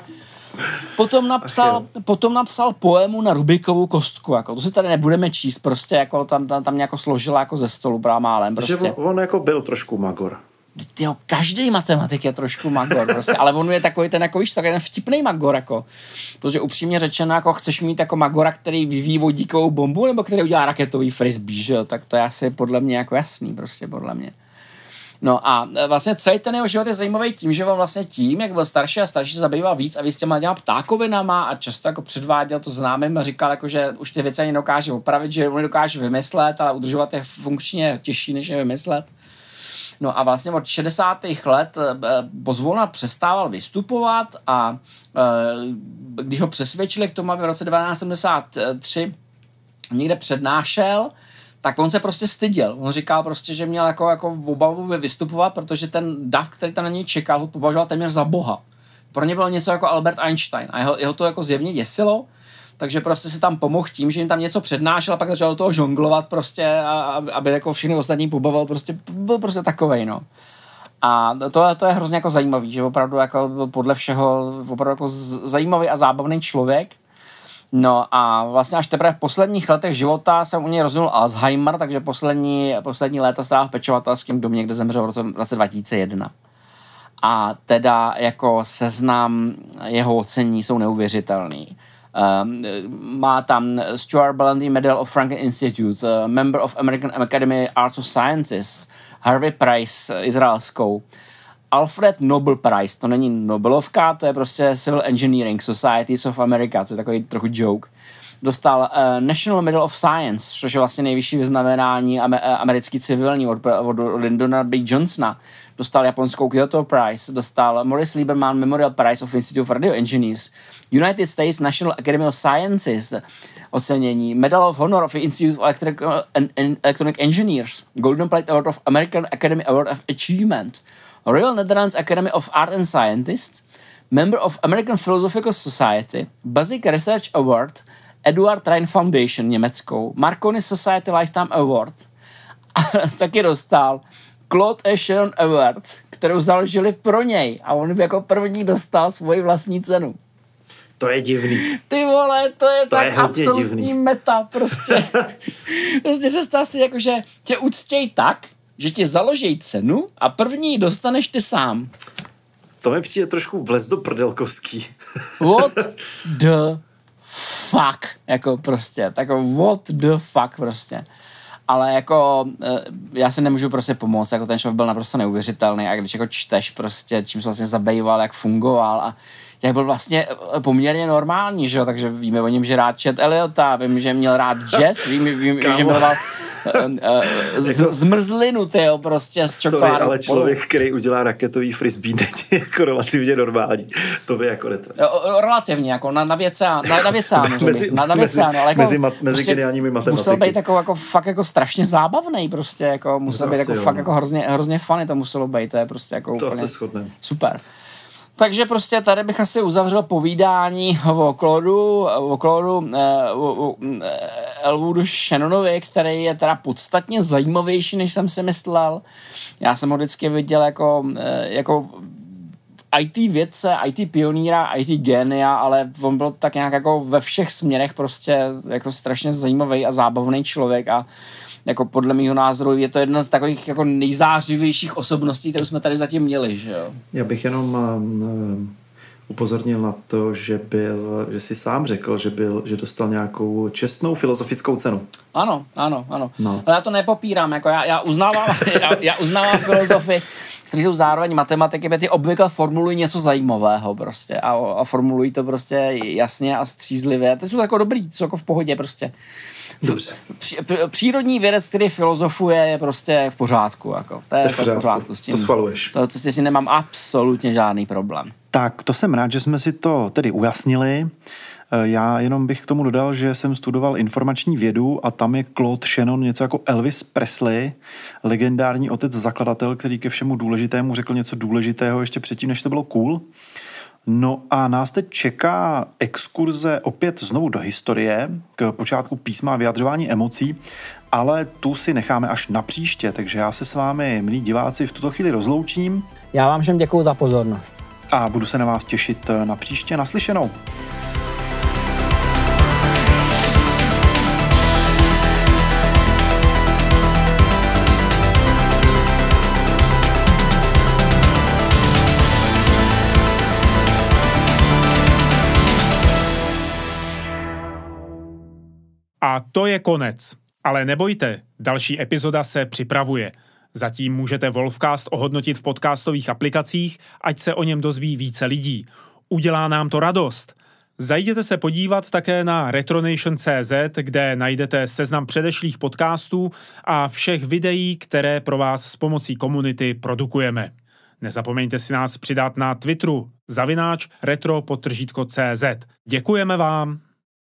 Potom napsal poému na Rubikovou kostku, jako to si tady nebudeme číst, prostě jako tam nějako složila jako ze stolu málem. Prostě. On jako byl trošku magor. Tyjo, každý matematik je trošku magor, prostě, ale on je takový ten, jako víš, takový ten vtipnej magor, jako, protože upřímně řečeno, jako chceš mít jako magora, který vyvíjí vodíkovou bombu, nebo který udělá raketový frisbee, že jo, tak to je asi podle mě jako jasný, prostě podle mě. No a vlastně celý ten jeho život je zajímavý tím, že on vlastně tím, jak byl starší a starší, se zabýval víc a víc těma ptákovinama a často jako předváděl to známým a říkal, jako, že už ty věci ani dokáže opravit, že on dokáže vymyslet, ale udržovat je funkčně těžší, než je vymyslet. No a vlastně od 60. let pozvolna přestával vystupovat a když ho přesvědčili k tomu, aby v roce 1973 někde přednášel, tak on se prostě styděl. On říkal prostě, že měl jako obavu vystupovat, protože ten dav, který tam na něj čekal, ho považoval téměř za boha. Pro ně bylo něco jako Albert Einstein a jeho to jako zjevně děsilo, takže prostě si tam pomohl tím, že jim tam něco přednášel a pak začal do toho žonglovat prostě, aby jako všichni ostatní pobavil, prostě byl prostě takovej, no. A to je hrozně jako zajímavý, že opravdu jako podle všeho opravdu jako zajímavý a zábavný člověk. No a vlastně až teprve v posledních letech života se u něj rozvinul Alzheimer, takže poslední léta strávil v pečovatelském domě, kde zemřel v roce 2001. A teda jako seznam jeho ocení jsou neuvěřitelný. Má tam Stuart Ballantyne Medal of Franklin Institute, Member of American Academy Arts of Sciences, Harvey Prize izraelskou, Alfred Nobel Prize, to není Nobelovka, to je prostě Civil Engineering Societies of America, to je takový trochu joke. Dostal National Medal of Science, což je vlastně nejvyšší vyznamenání americký civilní od Lyndona B. Johnsona. Dostal japonskou Kyoto Prize, dostal Morris Lieberman Memorial Prize of Institute of Radio Engineers, United States National Academy of Sciences, ocenění, Medal of Honor of Institute of Electronic Engineers, Golden Plate Award of American Academy Award of Achievement, Royal Netherlands Academy of Art and Scientists, Member of American Philosophical Society, Basic Research Award, Eduard Train Foundation německou, Marconi Society Lifetime Award, taky dostal Claude A. Shannon Awards, kterou založili pro něj a on by jako první dostal svoji vlastní cenu. To je divný. Ty vole, to je tak je absolutní divný. meta prostě. Prostě představ si, jako, že tě uctěj tak, že ti založí cenu a první dostaneš ty sám. To mi přijde trošku vlez do prdelkovský. What the fuck, jako prostě, tako what the fuck prostě. Ale jako já se nemůžu prostě pomoct, jako ten člověk byl naprosto neuvěřitelný a když jako čteš prostě, čím se vlastně zabýval, jak fungoval a jak byl vlastně poměrně normální, že jo, takže víme o něm, že rád čet Eliota, vím, že měl rád jazz, vím že miloval zmrzlinu, tyjo, prostě s čokoládou. Sorry, ale člověk, který udělá raketový frisbee, není jako relativně normální. To by jako netvrdí. Relativně, jako na věcánu, ale jako mezi geniálními matematiky. Musel být jako fakt jako strašně zábavný, prostě jako musel být jako fakt jako hrozně funny to muselo být, to je prostě jako to úplně asi shodneme. Super. Takže prostě tady bych asi uzavřel povídání o Claudu Elwoodu Shannonovi, který je teda podstatně zajímavější, než jsem si myslel. Já jsem ho vždycky viděl jako IT vědce, IT pionýra, IT génia, ale on byl tak nějak jako ve všech směrech prostě jako strašně zajímavý a zábavný člověk a jako podle mýho názoru je to jedna z takových jako nejzářivějších osobností, kterou jsme tady zatím měli, že jo. Já bych jenom upozornil na to, že si sám řekl, že dostal nějakou čestnou filozofickou cenu. Ano. No. Ale já to nepopírám, jako já uznávám filozofy, kteří jsou zároveň matematiky, protože ty obvykle formulují něco zajímavého prostě a formulují to prostě jasně a střízlivě. To jsou jako dobrý, to jsou jako v pohodě prostě. Dobře. Přírodní vědec, který filozofuje, je prostě v pořádku. Jako. To je v pořádku s tím. To schvaluješ. To s tím nemám absolutně žádný problém. Tak, to jsem rád, že jsme si to tedy ujasnili. Já jenom bych k tomu dodal, že jsem studoval informační vědu a tam je Claude Shannon něco jako Elvis Presley, legendární otec zakladatel, který ke všemu důležitému řekl něco důležitého ještě předtím, než to bylo cool. No a nás teď čeká exkurze opět znovu do historie, k počátku písma a vyjadřování emocí, ale tu si necháme až na příště, takže já se s vámi, milí diváci, v tuto chvíli rozloučím. Já vám všem děkuju za pozornost. A budu se na vás těšit na příště, naslyšenou. A to je konec. Ale nebojte, další epizoda se připravuje. Zatím můžete Wolfcast ohodnotit v podcastových aplikacích, ať se o něm dozví více lidí. Udělá nám to radost. Zajděte se podívat také na retronation.cz, kde najdete seznam předešlých podcastů a všech videí, které pro vás s pomocí komunity produkujeme. Nezapomeňte si nás přidat na Twitteru /retro_cz. Děkujeme vám.